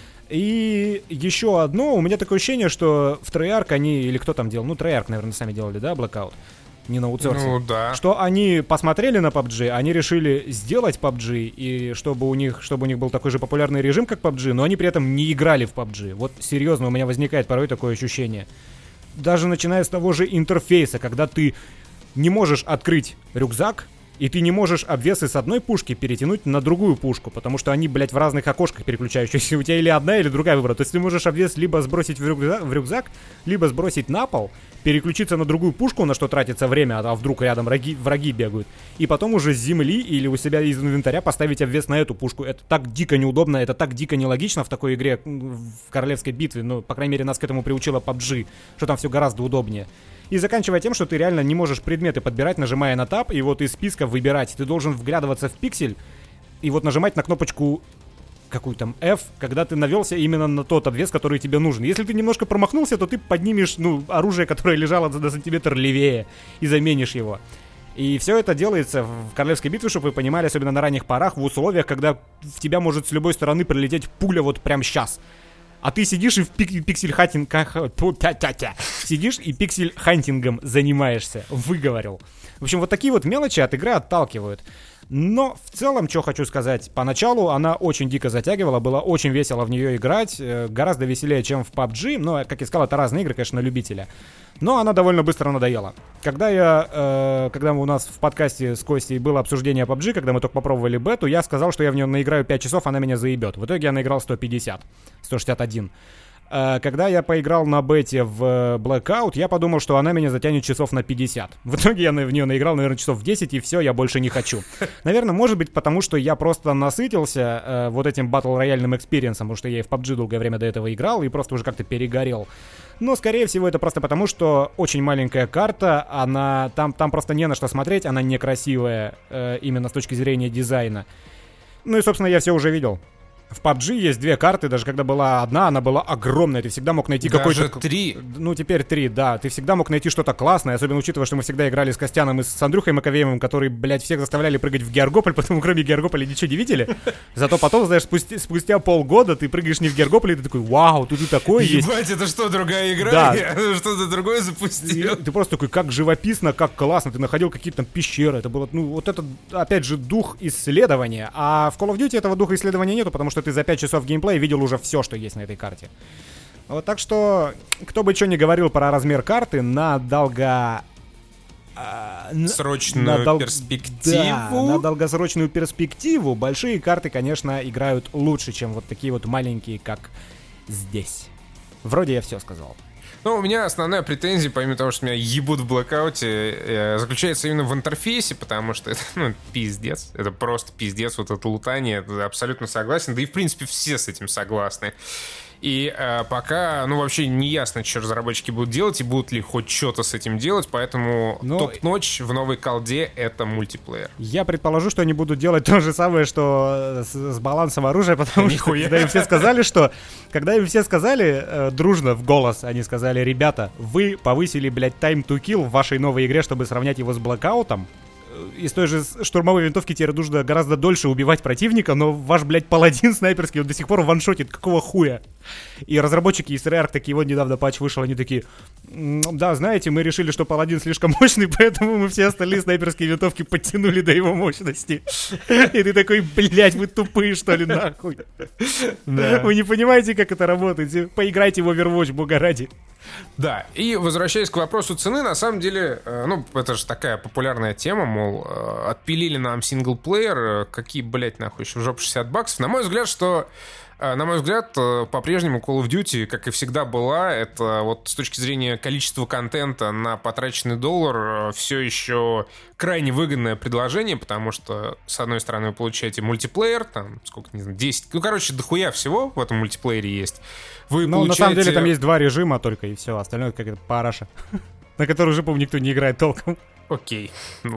И еще одно, у меня такое ощущение, что в Treyarch они, или кто там делал, Treyarch, наверное, сами делали, да, Blackout? Не на аутсорсе. Да. Что они посмотрели на PUBG, они решили сделать PUBG, и чтобы у них был такой же популярный режим, как PUBG, но они при этом не играли в PUBG. Вот серьезно, у меня возникает порой такое ощущение. Даже начиная с того же интерфейса, когда ты не можешь открыть рюкзак, и ты не можешь обвесы с одной пушки перетянуть на другую пушку, потому что они, блядь, в разных окошках переключающиеся. У тебя или одна, или другая выбор. То есть ты можешь обвес либо сбросить в рюкзак, либо сбросить на пол, переключиться на другую пушку, на что тратится время, а вдруг рядом враги бегают, и потом уже с земли или у себя из инвентаря поставить обвес на эту пушку. Это так дико неудобно, это так дико нелогично в такой игре, в королевской битве. Ну, по крайней мере, нас к этому приучила PUBG, что там все гораздо удобнее. И заканчивая тем, что ты реально не можешь предметы подбирать, нажимая на Tab, и вот из списка выбирать. Ты должен вглядываться в пиксель и вот нажимать на кнопочку какую там F, когда ты навелся именно на тот обвес, который тебе нужен. Если ты немножко промахнулся, то ты поднимешь, оружие, которое лежало на сантиметр левее, и заменишь его. И все это делается в Королевской битве, чтобы вы понимали, особенно на ранних порах, в условиях, когда в тебя может с любой стороны прилететь пуля вот прям сейчас. А ты сидишь и в сидишь и пиксель-хантингом занимаешься. Выговорил. В общем, вот такие вот мелочи от игры отталкивают. Но в целом, что хочу сказать, поначалу она очень дико затягивала, было очень весело в нее играть, гораздо веселее, чем в PUBG, но, как я сказал, это разные игры, конечно, на любителя. Но она довольно быстро надоела. Когда у нас в подкасте с Костей было обсуждение PUBG, когда мы только попробовали бету, я сказал, что я в нее наиграю 5 часов, она меня заебет. В итоге я наиграл 161. Когда я поиграл на бете в Blackout, я подумал, что она меня затянет часов на 50. В итоге я в нее наиграл, наверное, часов в 10, и все, я больше не хочу. Наверное, может быть, потому что я просто насытился вот этим батл-рояльным экспириенсом, потому что я и в PUBG долгое время до этого играл, и просто уже как-то перегорел. Но, скорее всего, это просто потому, что очень маленькая карта, там просто не на что смотреть, она некрасивая именно с точки зрения дизайна. Ну и, собственно, я все уже видел. В PUBG есть 2 карты, даже когда была одна, она была огромная, ты всегда мог найти какой-то... Даже 3? Ну, теперь 3, да. Ты всегда мог найти что-то классное, особенно учитывая, что мы всегда играли с Костяном и с Андрюхой Маковеевым, которые, блядь, всех заставляли прыгать в Георгополь, потому кроме Георгополя ничего не видели. Зато потом, знаешь, спустя полгода ты прыгаешь не в Георгополь, и ты такой, вау, тут и такое есть. Ебать, это что, другая игра? Да. Я что-то другое запустил. Ты просто такой, как живописно, как классно. Ты находил какие-то там пещеры. Это было, вот это, опять же, дух исследования. А в Call of Duty этого духа исследования нету, потому что ты за 5 часов геймплей видел уже все, что есть на этой карте. Вот, так что, кто бы что ни говорил про размер карты, на долгосрочную перспективу большие карты, конечно, играют лучше, чем вот такие вот маленькие, как здесь. Вроде я все сказал. Ну, у меня основная претензия, помимо того, что меня ебут в блэкауте, заключается именно в интерфейсе, потому что это, пиздец. Это просто пиздец, вот это лутание, это абсолютно согласен. Да и, в принципе, все с этим согласны. И пока, вообще не ясно, что разработчики будут делать и будут ли хоть что-то с этим делать, поэтому топ-нотч в новой колде — это мультиплеер. Я предположу, что они будут делать то же самое, что с балансом оружия, потому что когда им все сказали дружно в голос, они сказали: ребята, вы повысили, блядь, time to kill в вашей новой игре, чтобы сравнять его с Blackout'ом. Из той же штурмовой винтовки тебе нужно гораздо дольше убивать противника, но ваш, блядь, паладин снайперский, он до сих пор ваншотит, какого хуя? И разработчики из Rare, такие, вот недавно патч вышел, они такие: да, знаете, мы решили, что паладин слишком мощный, поэтому мы все остальные снайперские винтовки подтянули до его мощности. И ты такой: блядь, вы тупые, что ли, нахуй? Вы не понимаете, как это работает? Поиграйте в Overwatch, бога ради. Да, и возвращаясь к вопросу цены, на самом деле, это же такая популярная тема, мол, отпилили нам синглплеер, какие, блядь, нахуй, еще в жопу $60. На мой взгляд, по-прежнему Call of Duty, как и всегда была, это вот с точки зрения количества контента на потраченный доллар все еще крайне выгодное предложение, потому что, с одной стороны, вы получаете мультиплеер, там, сколько, не знаю, 10, дохуя всего в этом мультиплеере есть. Вы получаете... на самом деле там есть 2 режима только, и все, остальное как-то параша, на который уже, по-моему, никто не играет толком. Окей,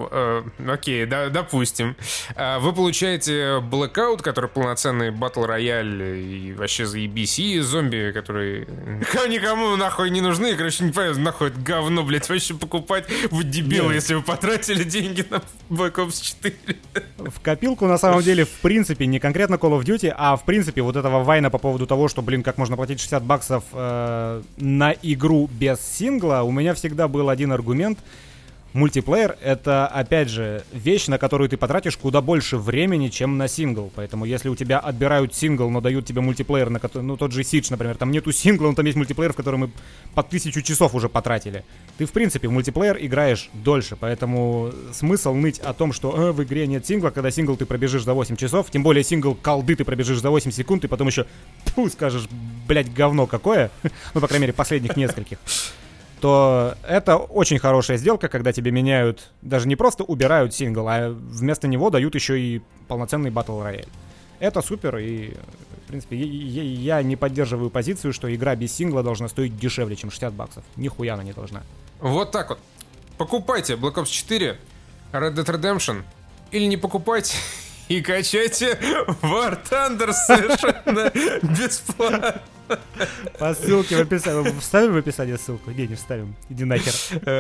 допустим. Вы получаете Blackout, который полноценный батл-рояль, и вообще заебись, и зомби, которые никому нахуй не нужны, не понятно, нахуй это говно, блядь, вообще покупать, вы дебилы, если вы потратили деньги на Black Ops 4. В копилку, на самом деле, в принципе, не конкретно Call of Duty, а в принципе вот этого вайна по поводу того, что, как можно платить $60 на игру без сингла, у меня всегда был один аргумент. Мультиплеер — это, опять же, вещь, на которую ты потратишь куда больше времени, чем на сингл. Поэтому если у тебя отбирают сингл, но дают тебе мультиплеер, на который, тот же Siege, например, там нету сингла, но там есть мультиплеер, в который мы по 1000 часов уже потратили. Ты, в принципе, в мультиплеер играешь дольше, поэтому смысл ныть о том, что в игре нет сингла, когда сингл ты пробежишь за 8 часов, тем более сингл колды ты пробежишь за 8 секунд, и потом еще скажешь: блять, говно какое, по крайней мере, последних нескольких. То это очень хорошая сделка, когда тебе меняют, даже не просто убирают сингл, а вместо него дают еще и полноценный батл рояль. Это супер, и, в принципе, я не поддерживаю позицию, что игра без сингла должна стоить дешевле, чем $60. Нихуя она не должна. Вот так вот. Покупайте Black Ops 4, Red Dead Redemption, или не покупайте и качайте War Thunder совершенно бесплатно. По ссылке в описании. Вставим в описание ссылку? Не вставим. Иди нахер.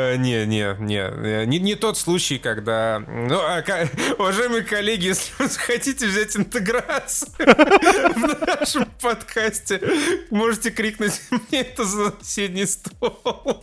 Не тот случай, когда... Уважаемые коллеги, если вы хотите взять интеграцию в нашем подкасте, можете крикнуть мне это за соседний стол.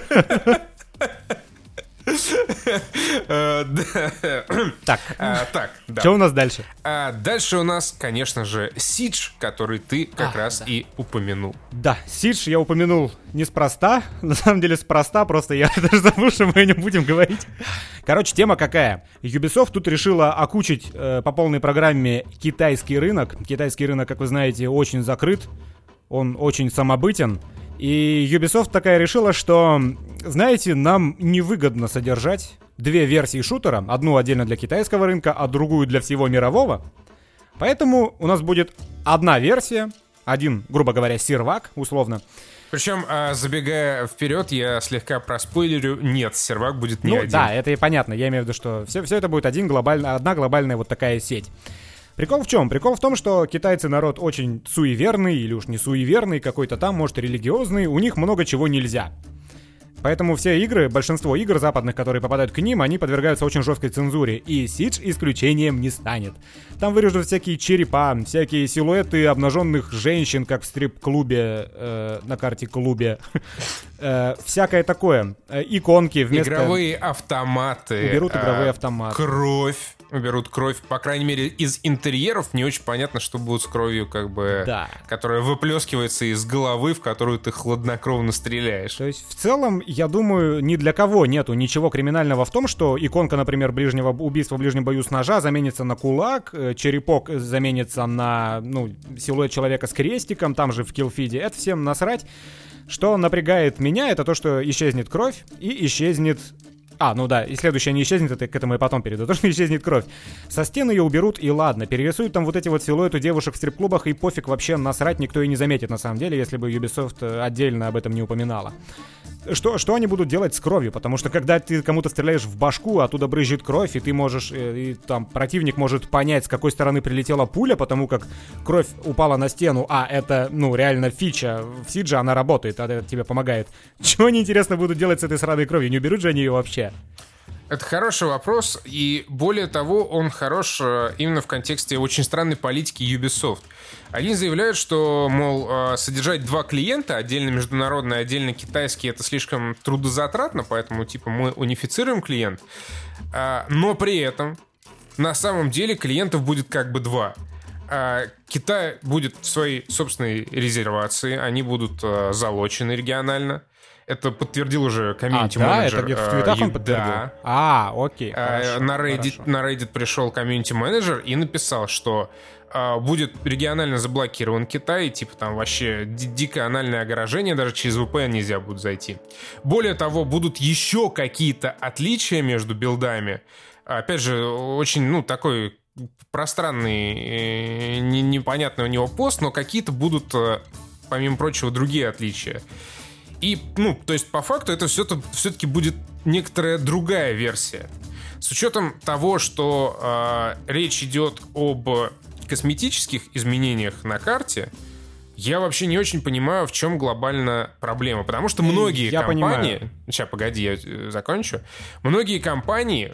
Так, да. Что у нас дальше? Дальше у нас, конечно же, Siege, который ты как раз и упомянул. Да, Siege я упомянул неспроста. На самом деле спроста, просто я даже забыл, что мы о нем будем говорить. Короче, тема какая? Ubisoft тут решила окучить по полной программе китайский рынок. Китайский рынок, как вы знаете, очень закрыт. Он очень самобытен. И Ubisoft такая решила, что, знаете, нам невыгодно содержать две версии шутера. Одну отдельно для китайского рынка, а другую для всего мирового. Поэтому у нас будет одна версия, один, грубо говоря, сервак, условно. Причем, забегая вперед, я слегка проспойлерю, нет, сервак будет не один. Да, это и понятно, я имею в виду, что все это будет одна глобальная вот такая сеть. Прикол в чем? Прикол в том, что китайцы народ очень суеверный, или уж не суеверный, какой-то там, может, религиозный, у них много чего нельзя. Поэтому все игры, большинство игр западных, которые попадают к ним, они подвергаются очень жесткой цензуре, и Siege исключением не станет. Там вырежут всякие черепа, всякие силуэты обнаженных женщин, как в стрип-клубе, на карте клубе, всякое такое, иконки вместо... Игровые автоматы. Уберут игровые автоматы. Кровь. Уберут кровь, по крайней мере, из интерьеров. Не очень понятно, что будет с кровью, как бы, да, которая выплескивается из головы, в которую ты хладнокровно стреляешь. То есть, в целом, я думаю, ни для кого нету ничего криминального в том, что иконка, например, убийства в ближнем бою с ножа заменится на кулак, черепок заменится на, силуэт человека с крестиком, там же в киллфиде. Это всем насрать. Что напрягает меня, это то, что исчезнет кровь и исчезнет... и следующее не исчезнет, это к этому я потом перейду. То, что исчезнет кровь. Со стен ее уберут, и ладно. Перерисуют там вот эти вот силуэты девушек в стрип-клубах, и пофиг, вообще насрать, никто и не заметит, на самом деле, если бы Ubisoft отдельно об этом не упоминала. Что они будут делать с кровью? Потому что когда ты кому-то стреляешь в башку, оттуда брызжет кровь, и ты можешь, и там противник может понять, с какой стороны прилетела пуля, потому как кровь упала на стену, это, реально фича. В Siege она работает, это тебе помогает. Чего они, интересно, будут делать с этой сраной кровью? Не уберут же они ее вообще? Это хороший вопрос, и более того, он хорош именно в контексте очень странной политики Ubisoft. Они заявляют, что, мол, содержать два клиента, отдельно международный, отдельно китайский, это слишком трудозатратно, поэтому, мы унифицируем клиент. Но при этом, на самом деле, клиентов будет как бы два. Китай будет в своей собственной резервации, они будут залочены регионально. Это подтвердил уже комьюнити-менеджер. Это где-то в твитах он подтвердил? Да. Окей. На Reddit пришел комьюнити-менеджер и написал, что будет регионально заблокирован Китай, там вообще дикое анальное огорожение, даже через VPN нельзя будет зайти. Более того, будут еще какие-то отличия между билдами. Опять же, очень, такой пространный, непонятный у него пост, но какие-то будут, помимо прочего, другие отличия. И, то есть, по факту, это все-таки будет некоторая другая версия. С учетом того, что речь идет об косметических изменениях на карте, я вообще не очень понимаю, в чем глобальная проблема. Потому что многие компании... Понимаю. Сейчас, погоди, я закончу. Многие компании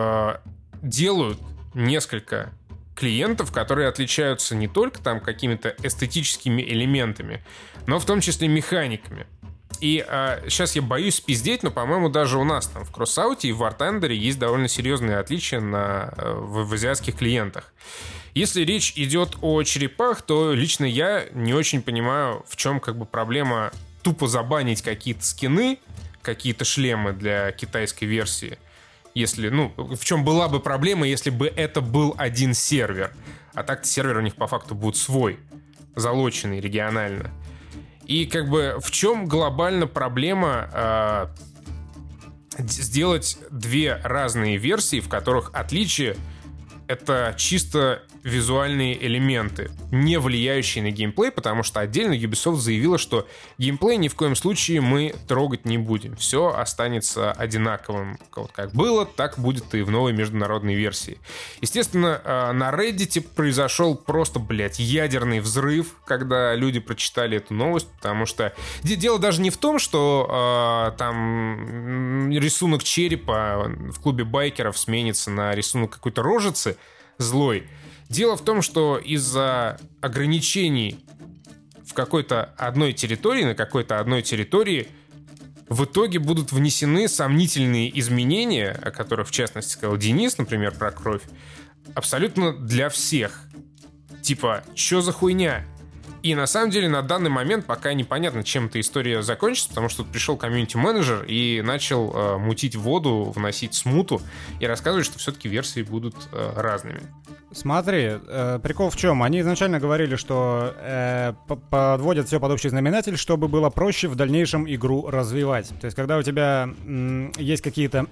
делают несколько клиентов, которые отличаются не только там какими-то эстетическими элементами, но в том числе механиками. И сейчас я боюсь спиздеть, но, по-моему, даже у нас там в Кроссауте и в War Thunder есть довольно серьезные отличия в азиатских клиентах. Если речь идет о черепах, то лично я не очень понимаю, в чем проблема тупо забанить какие-то скины, какие-то шлемы для китайской версии. Если, в чем была бы проблема, если бы это был один сервер. А так-то сервер у них по факту будет свой, залоченный регионально. И в чем глобально проблема сделать две разные версии, в которых отличие — это чисто визуальные элементы, не влияющие на геймплей, потому что отдельно Ubisoft заявила, что геймплей ни в коем случае мы трогать не будем. Все останется одинаковым. Вот как было, так будет и в новой международной версии. Естественно, на Reddit произошел просто, ядерный взрыв, когда люди прочитали эту новость, потому что дело даже не в том, что там рисунок черепа в клубе байкеров сменится на рисунок какой-то рожицы злой. Дело в том, что из-за ограничений в какой-то одной территории, на какой-то одной территории, в итоге будут внесены сомнительные изменения, о которых, в частности, сказал Денис, например, про кровь, абсолютно для всех. Типа, чё за хуйня? И на самом деле на данный момент пока непонятно, чем эта история закончится, потому что тут пришел комьюнити-менеджер и начал мутить воду, вносить смуту и рассказывать, что все-таки версии будут разными. Смотри, прикол в чем? Они изначально говорили, что подводят все под общий знаменатель, чтобы было проще в дальнейшем игру развивать. То есть, когда у тебя есть какие-то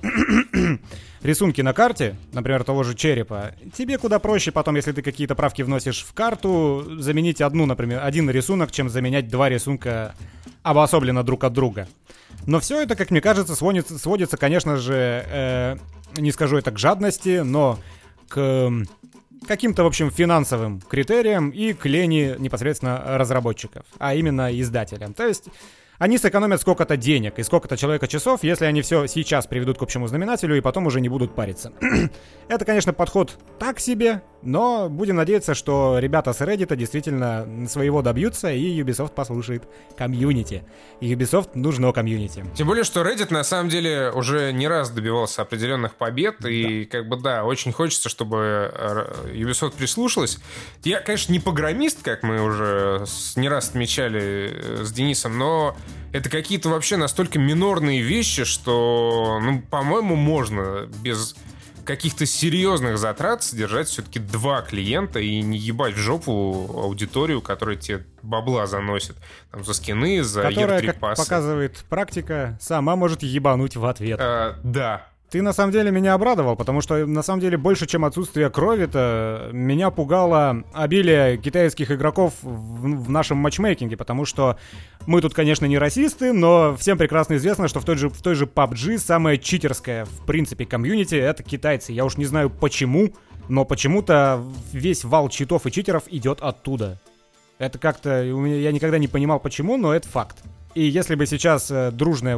рисунки на карте, например, того же черепа, тебе куда проще потом, если ты какие-то правки вносишь в карту, заменить один рисунок, чем заменять два рисунка обособленно друг от друга. Но все это, как мне кажется, сводится, конечно же, не скажу это к жадности, но к каким-то, в общем, финансовым критериям и к лени непосредственно разработчиков, а именно издателям. То есть они сэкономят сколько-то денег и сколько-то человека-часов, если они все сейчас приведут к общему знаменателю и потом уже не будут париться. Это, конечно, подход так себе, но будем надеяться, что ребята с Reddit действительно своего добьются, и Ubisoft послушает комьюнити. И Ubisoft нужно комьюнити. Тем более, что Reddit на самом деле уже не раз добивался определенных побед, и очень хочется, чтобы Ubisoft прислушалась. Я, конечно, не программист, как мы уже не раз отмечали с Денисом, но это какие-то вообще настолько минорные вещи, что, по-моему, можно без каких-то серьезных затрат содержать все-таки 2 клиента и не ебать в жопу аудиторию, которая тебе бабла заносит. Там, за скины, за которая, Year 3 пассы. Как показывает практика, сама может ебануть в ответ. Да. Ты на самом деле меня обрадовал, потому что на самом деле больше, чем отсутствие крови-то, меня пугало обилие китайских игроков в нашем матчмейкинге, потому что мы тут, конечно, не расисты, но всем прекрасно известно, что в той же PUBG самое читерское, в принципе, комьюнити — это китайцы. Я уж не знаю почему, но почему-то весь вал читов и читеров идет оттуда. Это как-то... Я никогда не понимал почему, но это факт. И если бы сейчас дружная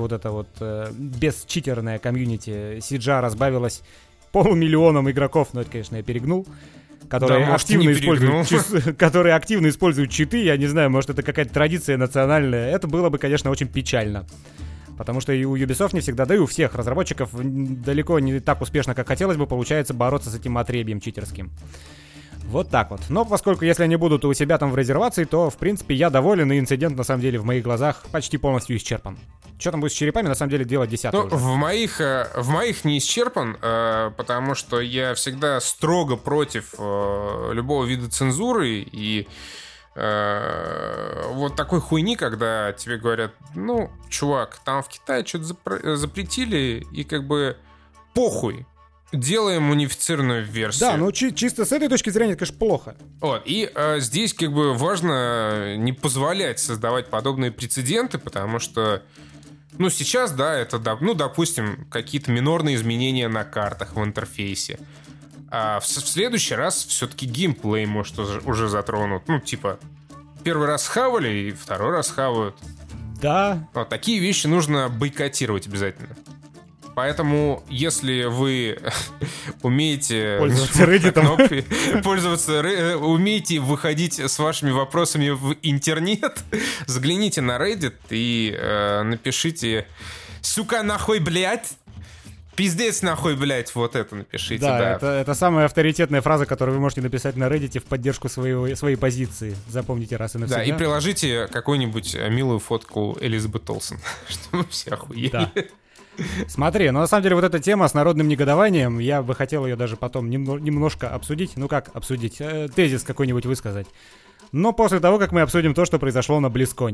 бесчитерная комьюнити Сиджа разбавилась 500 000 игроков, это, конечно, я перегнул, которые активно используют читы, я не знаю, может, это какая-то традиция национальная, это было бы, конечно, очень печально. Потому что и у Ubisoft не всегда, да и у всех разработчиков далеко не так успешно, как хотелось бы, получается бороться с этим отребьем читерским. Вот так вот. Но поскольку если они будут у себя там в резервации, то, в принципе, я доволен, и инцидент, на самом деле, в моих глазах почти полностью исчерпан. Что там будет с черепами, на самом деле, дело 10-е уже. В моих не исчерпан, потому что я всегда строго против любого вида цензуры и вот такой хуйни, когда тебе говорят, чувак, там в Китае что-то запретили, и как бы похуй. Делаем унифицированную версию. Да, чисто с этой точки зрения, это, конечно, плохо. И здесь как бы важно не позволять создавать подобные прецеденты, потому что, сейчас, да, это, допустим, какие-то минорные изменения на картах в интерфейсе. А в следующий раз все-таки геймплей, может, уже затронут. Первый раз хавали, и второй раз хавают. Да. Вот такие вещи нужно бойкотировать обязательно. Поэтому, если вы умеете пользоваться Reddit, умеете выходить с вашими вопросами в интернет, загляните на Reddit и напишите «Сука, нахуй, блядь!» «Пиздец, нахуй, блядь!» Вот это напишите, да. Это самая авторитетная фраза, которую вы можете написать на Reddit в поддержку своей позиции. Запомните раз и навсегда. Да, и приложите какую-нибудь милую фотку Элизабет Олсен, чтобы все охуели. Да. Смотри, на самом деле вот эта тема с народным негодованием, я бы хотел ее даже потом немножко обсудить. Как обсудить? Тезис какой-нибудь высказать. Но после того, как мы обсудим то, что произошло на BlizzCon'е.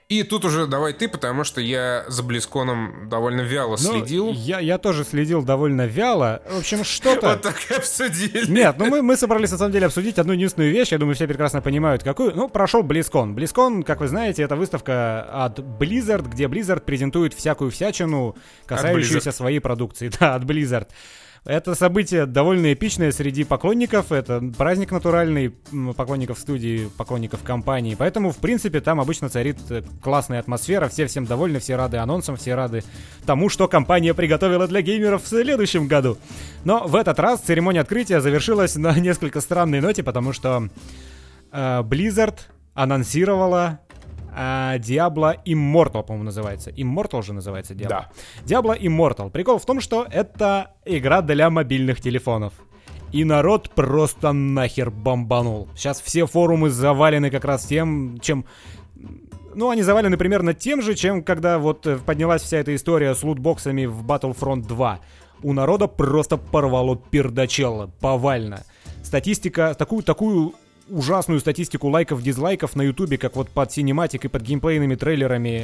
И тут уже давай ты, потому что я за BlizzCon'ом довольно вяло следил. Я тоже следил довольно вяло. В общем, что-то... Вот так и обсудили. Нет, мы собрались на самом деле обсудить одну единственную вещь. Я думаю, все прекрасно понимают, какую. Ну, прошел BlizzCon. BlizzCon, как вы знаете, это выставка от Blizzard, где Blizzard презентует всякую всячину, касающуюся своей продукции. Да, от Blizzard. Это событие довольно эпичное среди поклонников, это праздник натуральный, поклонников студии, поклонников компании, поэтому, в принципе, там обычно царит классная атмосфера, все всем довольны, все рады анонсам, все рады тому, что компания приготовила для геймеров в следующем году. Но в этот раз церемония открытия завершилась на несколько странной ноте, потому что Blizzard анонсировала Diablo Immortal, по-моему, называется. Immortal же называется Diablo. Да. Diablo Immortal. Прикол в том, что это игра для мобильных телефонов. И народ просто нахер бомбанул. Сейчас все форумы завалены как раз тем, чем... Ну, они завалены примерно тем же, чем когда вот поднялась вся эта история с лутбоксами в Battlefront 2. У народа просто порвало пердачело, повально. Статистика, такую ужасную статистику лайков, дизлайков на ютубе, как вот под синематик и под геймплейными трейлерами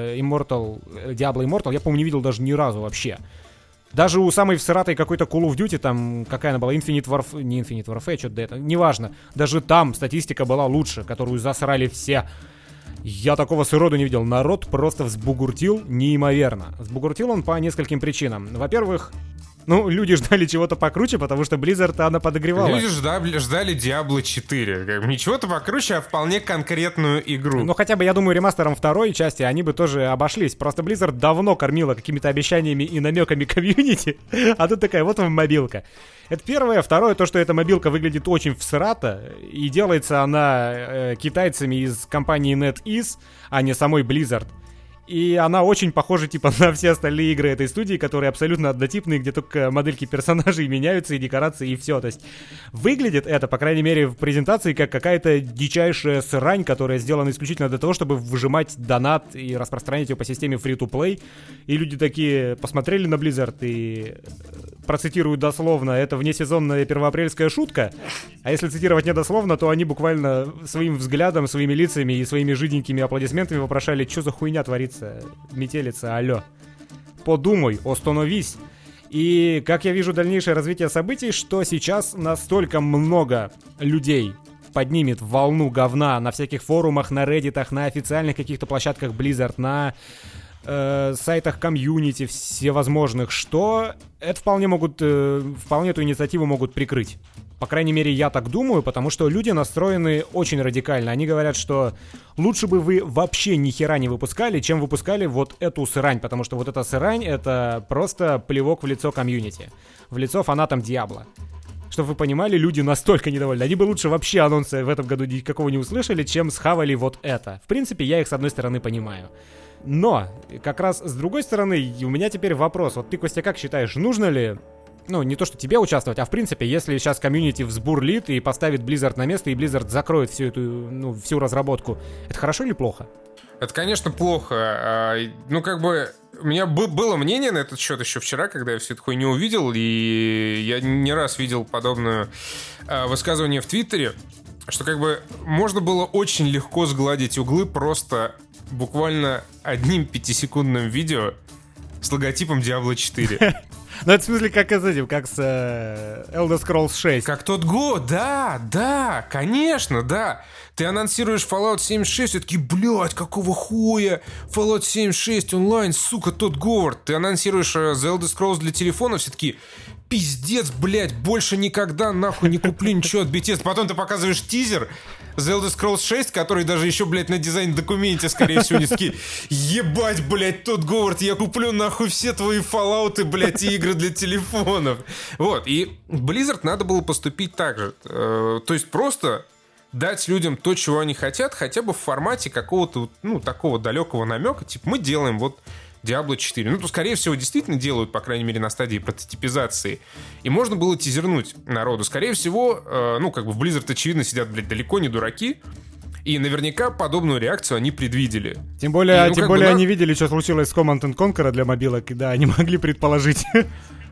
Diablo Immortal, я, по-моему, не видел даже ни разу вообще. Даже у самой всратой какой-то Call of Duty, там, какая она была, не Infinite Warfare, что-то это, неважно. Даже там статистика была лучше, которую засрали все. Я такого сроду не видел. Народ просто взбугуртил неимоверно. Взбугуртил он по нескольким причинам. Во-первых, люди ждали чего-то покруче, потому что Blizzard она подогревала. Люди ждали Diablo 4. Не чего-то покруче, а вполне конкретную игру. Ну, хотя бы, я думаю, ремастером второй части они бы тоже обошлись. Просто Blizzard давно кормила какими-то обещаниями и намеками комьюнити, а тут такая, вот вам мобилка. Это первое. Второе, то, что эта мобилка выглядит очень всрато, и делается она китайцами из компании NetEase, а не самой Blizzard. И она очень похожа, типа, на все остальные игры этой студии, которые абсолютно однотипные, где только модельки персонажей меняются и декорации, и все. То есть выглядит это, по крайней мере, в презентации, как какая-то дичайшая срань, которая сделана исключительно для того, чтобы выжимать донат и распространять ее по системе free-to-play. И люди такие посмотрели на Blizzard и процитирую дословно, это внесезонная первоапрельская шутка. А если цитировать недословно, то они буквально своим взглядом, своими лицами и своими жиденькими аплодисментами вопрошали, что за хуйня творится. Метелица, алло. Подумай, остановись. И как я вижу дальнейшее развитие событий, что сейчас настолько много людей поднимет волну говна на всяких форумах, на Reddit'ах, на официальных каких-то площадках Blizzard, на сайтах комьюнити всевозможных, что это вполне эту инициативу могут прикрыть. По крайней мере, я так думаю, потому что люди настроены очень радикально. Они говорят, что лучше бы вы вообще ни хера не выпускали, чем выпускали вот эту срань, потому что вот эта срань — это просто плевок в лицо комьюнити, в лицо фанатам Диабло. Чтобы вы понимали, люди настолько недовольны. Они бы лучше вообще анонса в этом году никакого не услышали, чем схавали вот это. В принципе, я их с одной стороны понимаю. Но, как раз с другой стороны, у меня теперь вопрос. Вот ты, Костя, как считаешь, нужно ли... не то, что тебе участвовать, а в принципе, если сейчас комьюнити взбурлит и поставит Blizzard на место, и Blizzard закроет всю эту, всю разработку, это хорошо или плохо? Это, конечно, плохо. У меня было мнение на этот счет еще вчера, когда я всю эту хуйню увидел, и я не раз видел подобное высказывание в Твиттере, что можно было очень легко сгладить углы просто буквально одним 5-секундным видео с логотипом Diablo 4. Ну, это в смысле как с этим, как с Elder Scrolls 6. Как тот год, да, конечно, да. Ты анонсируешь Fallout 76, и такие, блядь, какого хуя? Fallout 76 онлайн, сука, тот Говард. Ты анонсируешь The Elder Scrolls для телефона, все такие, пиздец, блядь, больше никогда нахуй не куплю ничего от Bethesda. Потом ты показываешь тизер The Elder Scrolls 6, который даже еще, блядь, на дизайн-документе, скорее всего, не такие, ебать, блядь, тот Говард, я куплю нахуй все твои Fallout'ы, блядь, и игры для телефонов. Вот, и Blizzard надо было поступить так же. То есть просто дать людям то, чего они хотят, хотя бы в формате какого-то, такого далекого намека, типа, мы делаем вот Diablo 4. То, скорее всего, действительно делают, по крайней мере, на стадии прототипизации. И можно было тизернуть народу. Скорее всего, в Blizzard, очевидно, сидят, блядь, далеко не дураки. И наверняка подобную реакцию они предвидели. Тем более они видели, что случилось с Command & Conquer для мобилок. И да, они могли предположить.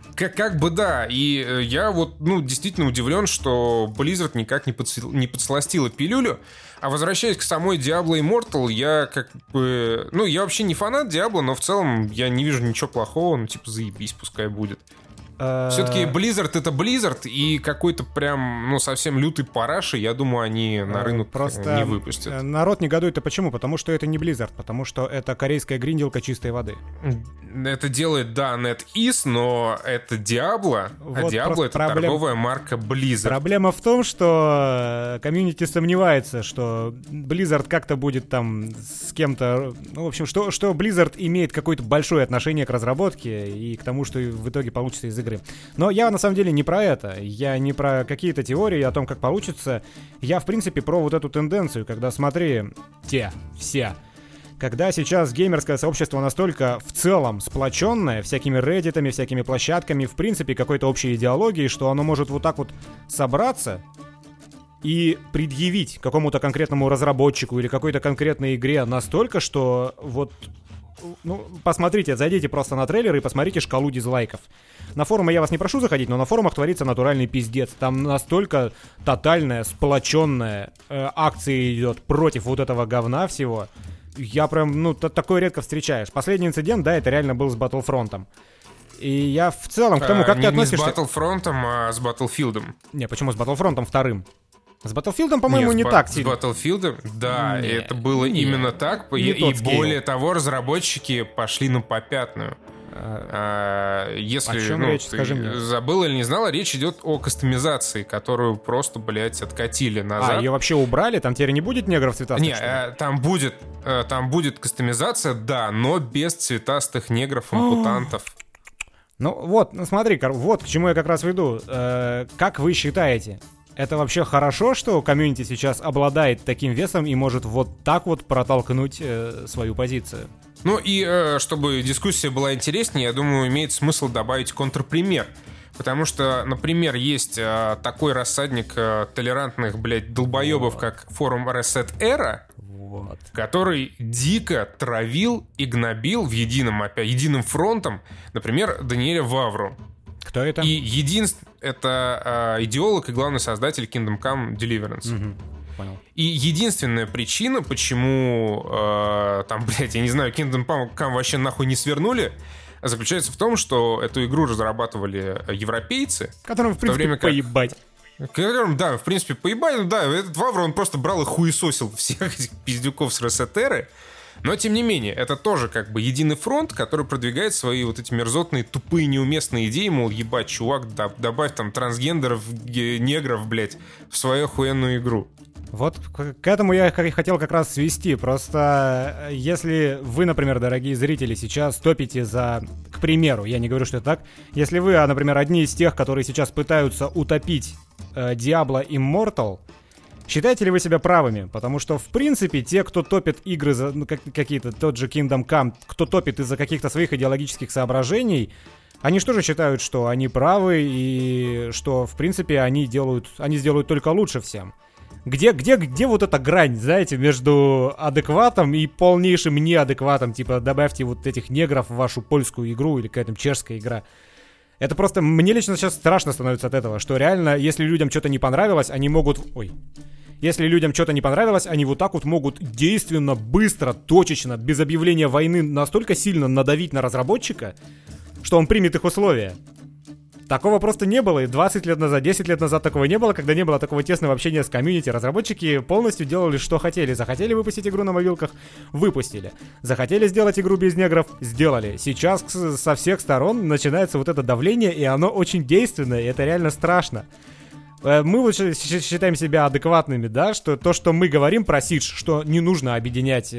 Как бы да, и я вот, действительно удивлен, что Blizzard никак не подсластила пилюлю. А возвращаясь к самой Diablo Immortal, я я вообще не фанат Diablo, но в целом я не вижу ничего плохого, заебись, пускай будет. Все-таки Blizzard — это Blizzard, и какой-то прям, совсем лютый параши, я думаю, они на рынок просто не выпустят. Народ негодует-то почему? Потому что это не Blizzard, потому что это корейская гринделка чистой воды. Это делает, да, NetEase, но это Diablo, а Diablo — это торговая марка Blizzard. Проблема в том, что комьюнити сомневается, что Blizzard как-то будет там с кем-то... в общем, что Blizzard имеет какое-то большое отношение к разработке и к тому, что в итоге получится из игры. Но я на самом деле не про это. Я не про какие-то теории о том, как получится. Я, в принципе, про вот эту тенденцию, когда, смотри, когда сейчас геймерское сообщество настолько в целом сплоченное, всякими реддитами, всякими площадками, в принципе, какой-то общей идеологией, что оно может вот так вот собраться и предъявить какому-то конкретному разработчику или какой-то конкретной игре настолько, что вот... посмотрите, зайдите просто на трейлер и посмотрите шкалу дизлайков. На форумы я вас не прошу заходить, но на форумах творится натуральный пиздец. Там настолько тотальная, сплоченная акция идет против вот этого говна всего. Я прям, такое редко встречаешь. Последний инцидент, да, это реально был с Battlefront'ом. И я в целом к тому, как ты относишься... Не с Battlefront'ом, а с Battlefield'ом. Не, почему с Battlefront'ом вторым? С Battlefield'ом, по-моему, не так сильно. С Battlefield, да, это было именно так. И более того, разработчики пошли на попятную. Если о чем речь, скажи мне. Забыл или не знала, речь идет о кастомизации, которую просто, откатили назад. Ее вообще убрали? Там теперь не будет негров цветастых? Не, там будет кастомизация, да, но без цветастых негров-ампутантов. Смотри, вот к чему я как раз веду. Как вы считаете, это вообще хорошо, что комьюнити сейчас обладает таким весом и может вот так вот протолкнуть свою позицию? И чтобы дискуссия была интереснее, я думаю, имеет смысл добавить контрпример. Потому что, например, есть такой рассадник толерантных, долбоебов, как форум Reset Era, который дико травил и гнобил единым фронтом, например, Даниэля Вавру. Кто это? И это идеолог и главный создатель Kingdom Come Deliverance. Угу. Понял. И единственная причина, почему я не знаю, Kingdom Come вообще нахуй не свернули, заключается в том, что эту игру разрабатывали европейцы. Которым, в принципе, поебать. Которым, да, в принципе, поебать. Да, этот Вавр, он просто брал и хуесосил всех этих пиздюков с Ресетеры. Но, тем не менее, это тоже как бы единый фронт, который продвигает свои вот эти мерзотные, тупые, неуместные идеи, мол, ебать, чувак, добавь там трансгендеров, негров, в свою охуенную игру. Вот к этому я хотел как раз свести. Просто если вы, например, дорогие зрители, сейчас топите за... К примеру, я не говорю, что это так. Если вы, например, одни из тех, которые сейчас пытаются утопить Diablo Immortal, считаете ли вы себя правыми? Потому что, в принципе, те, кто топит игры за какие-то, тот же Kingdom Come, кто топит из-за каких-то своих идеологических соображений, они что же считают, что они правы и что, в принципе, они сделают только лучше всем? Где вот эта грань, знаете, между адекватом и полнейшим неадекватом? Типа, добавьте вот этих негров в вашу польскую игру или какая-то чешская игра. Это просто... Мне лично сейчас страшно становится от этого, что реально, если людям что-то не понравилось, они могут... Если людям что-то не понравилось, они вот так вот могут действенно, быстро, точечно, без объявления войны настолько сильно надавить на разработчика, что он примет их условия. Такого просто не было, и 20 лет назад, 10 лет назад такого не было, когда не было такого тесного общения с комьюнити. Разработчики полностью делали, что хотели. Захотели выпустить игру на мобилках — выпустили. Захотели сделать игру без негров — сделали. Сейчас со всех сторон начинается вот это давление, и оно очень действенное, и это реально страшно. Мы вот считаем себя адекватными, да, что то, что мы говорим про Сидж, что не нужно объединять,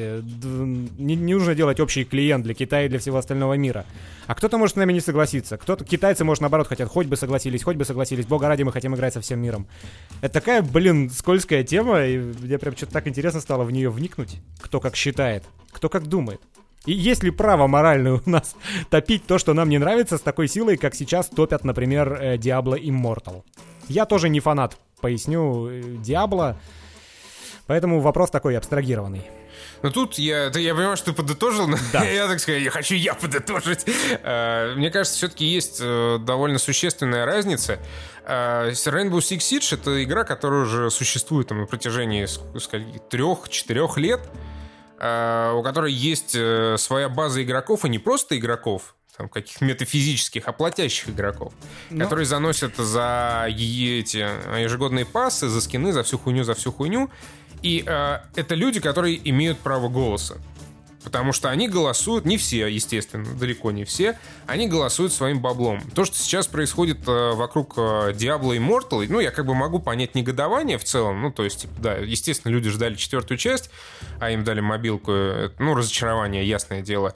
не нужно делать общий клиент для Китая и для всего остального мира. А кто-то может с нами не согласиться. Китайцы, может, наоборот, хотят, хоть бы согласились, бога ради, мы хотим играть со всем миром. Это такая, скользкая тема, и мне прям что-то так интересно стало в нее вникнуть. Кто как считает, кто как думает. И есть ли право моральное у нас топить то, что нам не нравится, с такой силой, как сейчас топят, например, Diablo Immortal? Я тоже не фанат, поясню, Diablo, поэтому вопрос такой абстрагированный. Ну тут я понимаю, что ты подытожил, но Да. я, так сказать, я подытожить. Мне кажется, все-таки есть довольно существенная разница. Rainbow Six Siege — это игра, которая уже существует там на протяжении 3-4 лет, у которой есть своя база игроков, и не просто игроков, там, каких-то метафизических, а платящих игроков, которые заносят за эти ежегодные пассы, за скины, за всю хуйню. И это люди, которые имеют право голоса. Потому что они голосуют, не все, естественно, далеко не все, они голосуют своим баблом. То, что сейчас происходит вокруг Diablo Immortal, ну, я как бы могу понять негодование в целом, ну, то есть, да, естественно, люди ждали 4-ю часть, а им дали мобилку, ну, разочарование, ясное дело.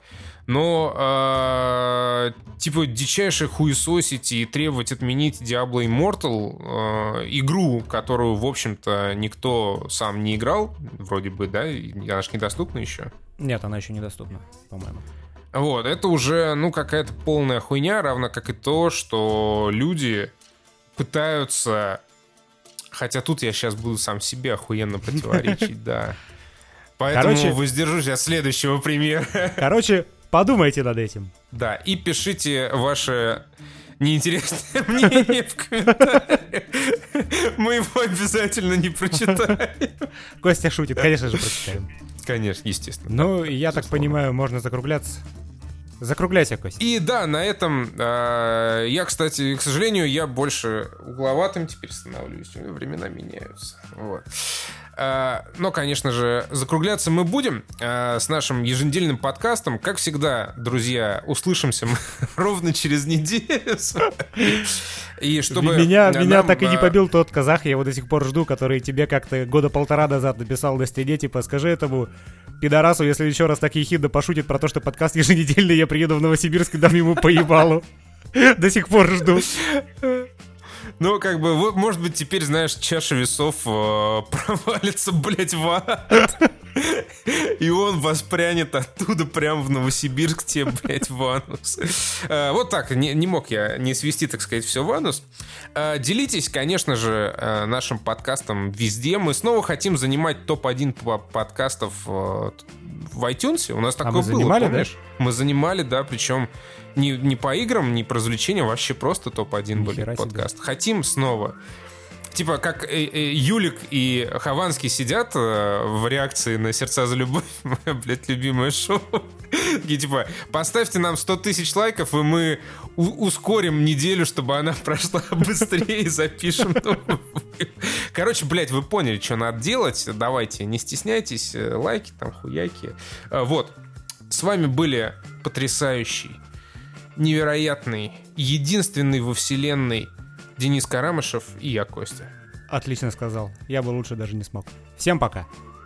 Но, типа, дичайше хуесосить и требовать отменить Diablo Immortal, игру, которую, в общем-то, никто сам не играл, вроде бы, да, она же недоступна еще. Нет, она еще недоступна, по-моему. Вот, это уже, ну, какая-то полная хуйня, равно как и то, что люди пытаются... Хотя тут я сейчас буду сам себе охуенно противоречить, да. Поэтому воздержусь от следующего примера. Короче, подумайте над этим. Да, и пишите ваше неинтересное мнение в комментариях. Мы его обязательно не прочитаем. Костя шутит, конечно же, прочитаем. Конечно, естественно. Ну, я так понимаю, можно закругляться. Закругляйся, Костя. И да, на этом я, кстати, к сожалению, я больше угловатым теперь становлюсь. Времена меняются. Вот. Но, конечно же, закругляться мы будем с нашим еженедельным подкастом. Как всегда, друзья, услышимся мы ровно через неделю. И чтобы меня так и не побил тот казах, я его до сих пор жду, который тебе как-то года 1,5 назад написал на стене, типа, скажи этому пидорасу, если еще раз так ехидно пошутит про то, что подкаст еженедельный, я приеду в Новосибирск и дам ему по ебалу. До сих пор жду. Ну, как бы, вот, может быть, теперь, знаешь, чаша весов провалится, блядь, в ад. И он воспрянет оттуда прям в Новосибирск тебе, блядь, в анус. Вот так, не мог я не свести, так сказать, все в анус. Делитесь, конечно же, нашим подкастом везде. Мы снова хотим занимать топ-1 подкастов в iTunes. У нас такое было, помнишь? Да? Мы занимали, да, причем не по играм, не по развлечениям, вообще просто топ-1 были подкасты. Хотим снова. Типа, как Юлик и Хованский сидят в реакции на «Сердца за любовь», мое, блядь, любимое шоу. Такие, типа, поставьте нам 100 тысяч лайков, и мы ускорим неделю, чтобы она прошла быстрее, и запишем. Короче, блядь, вы поняли, что надо делать. Давайте, не стесняйтесь, лайки там, хуяки. Вот. С вами были потрясающий, невероятный, единственный во вселенной Денис Карамышев и я, Костя. Отлично сказал. Я бы лучше даже не смог. Всем пока.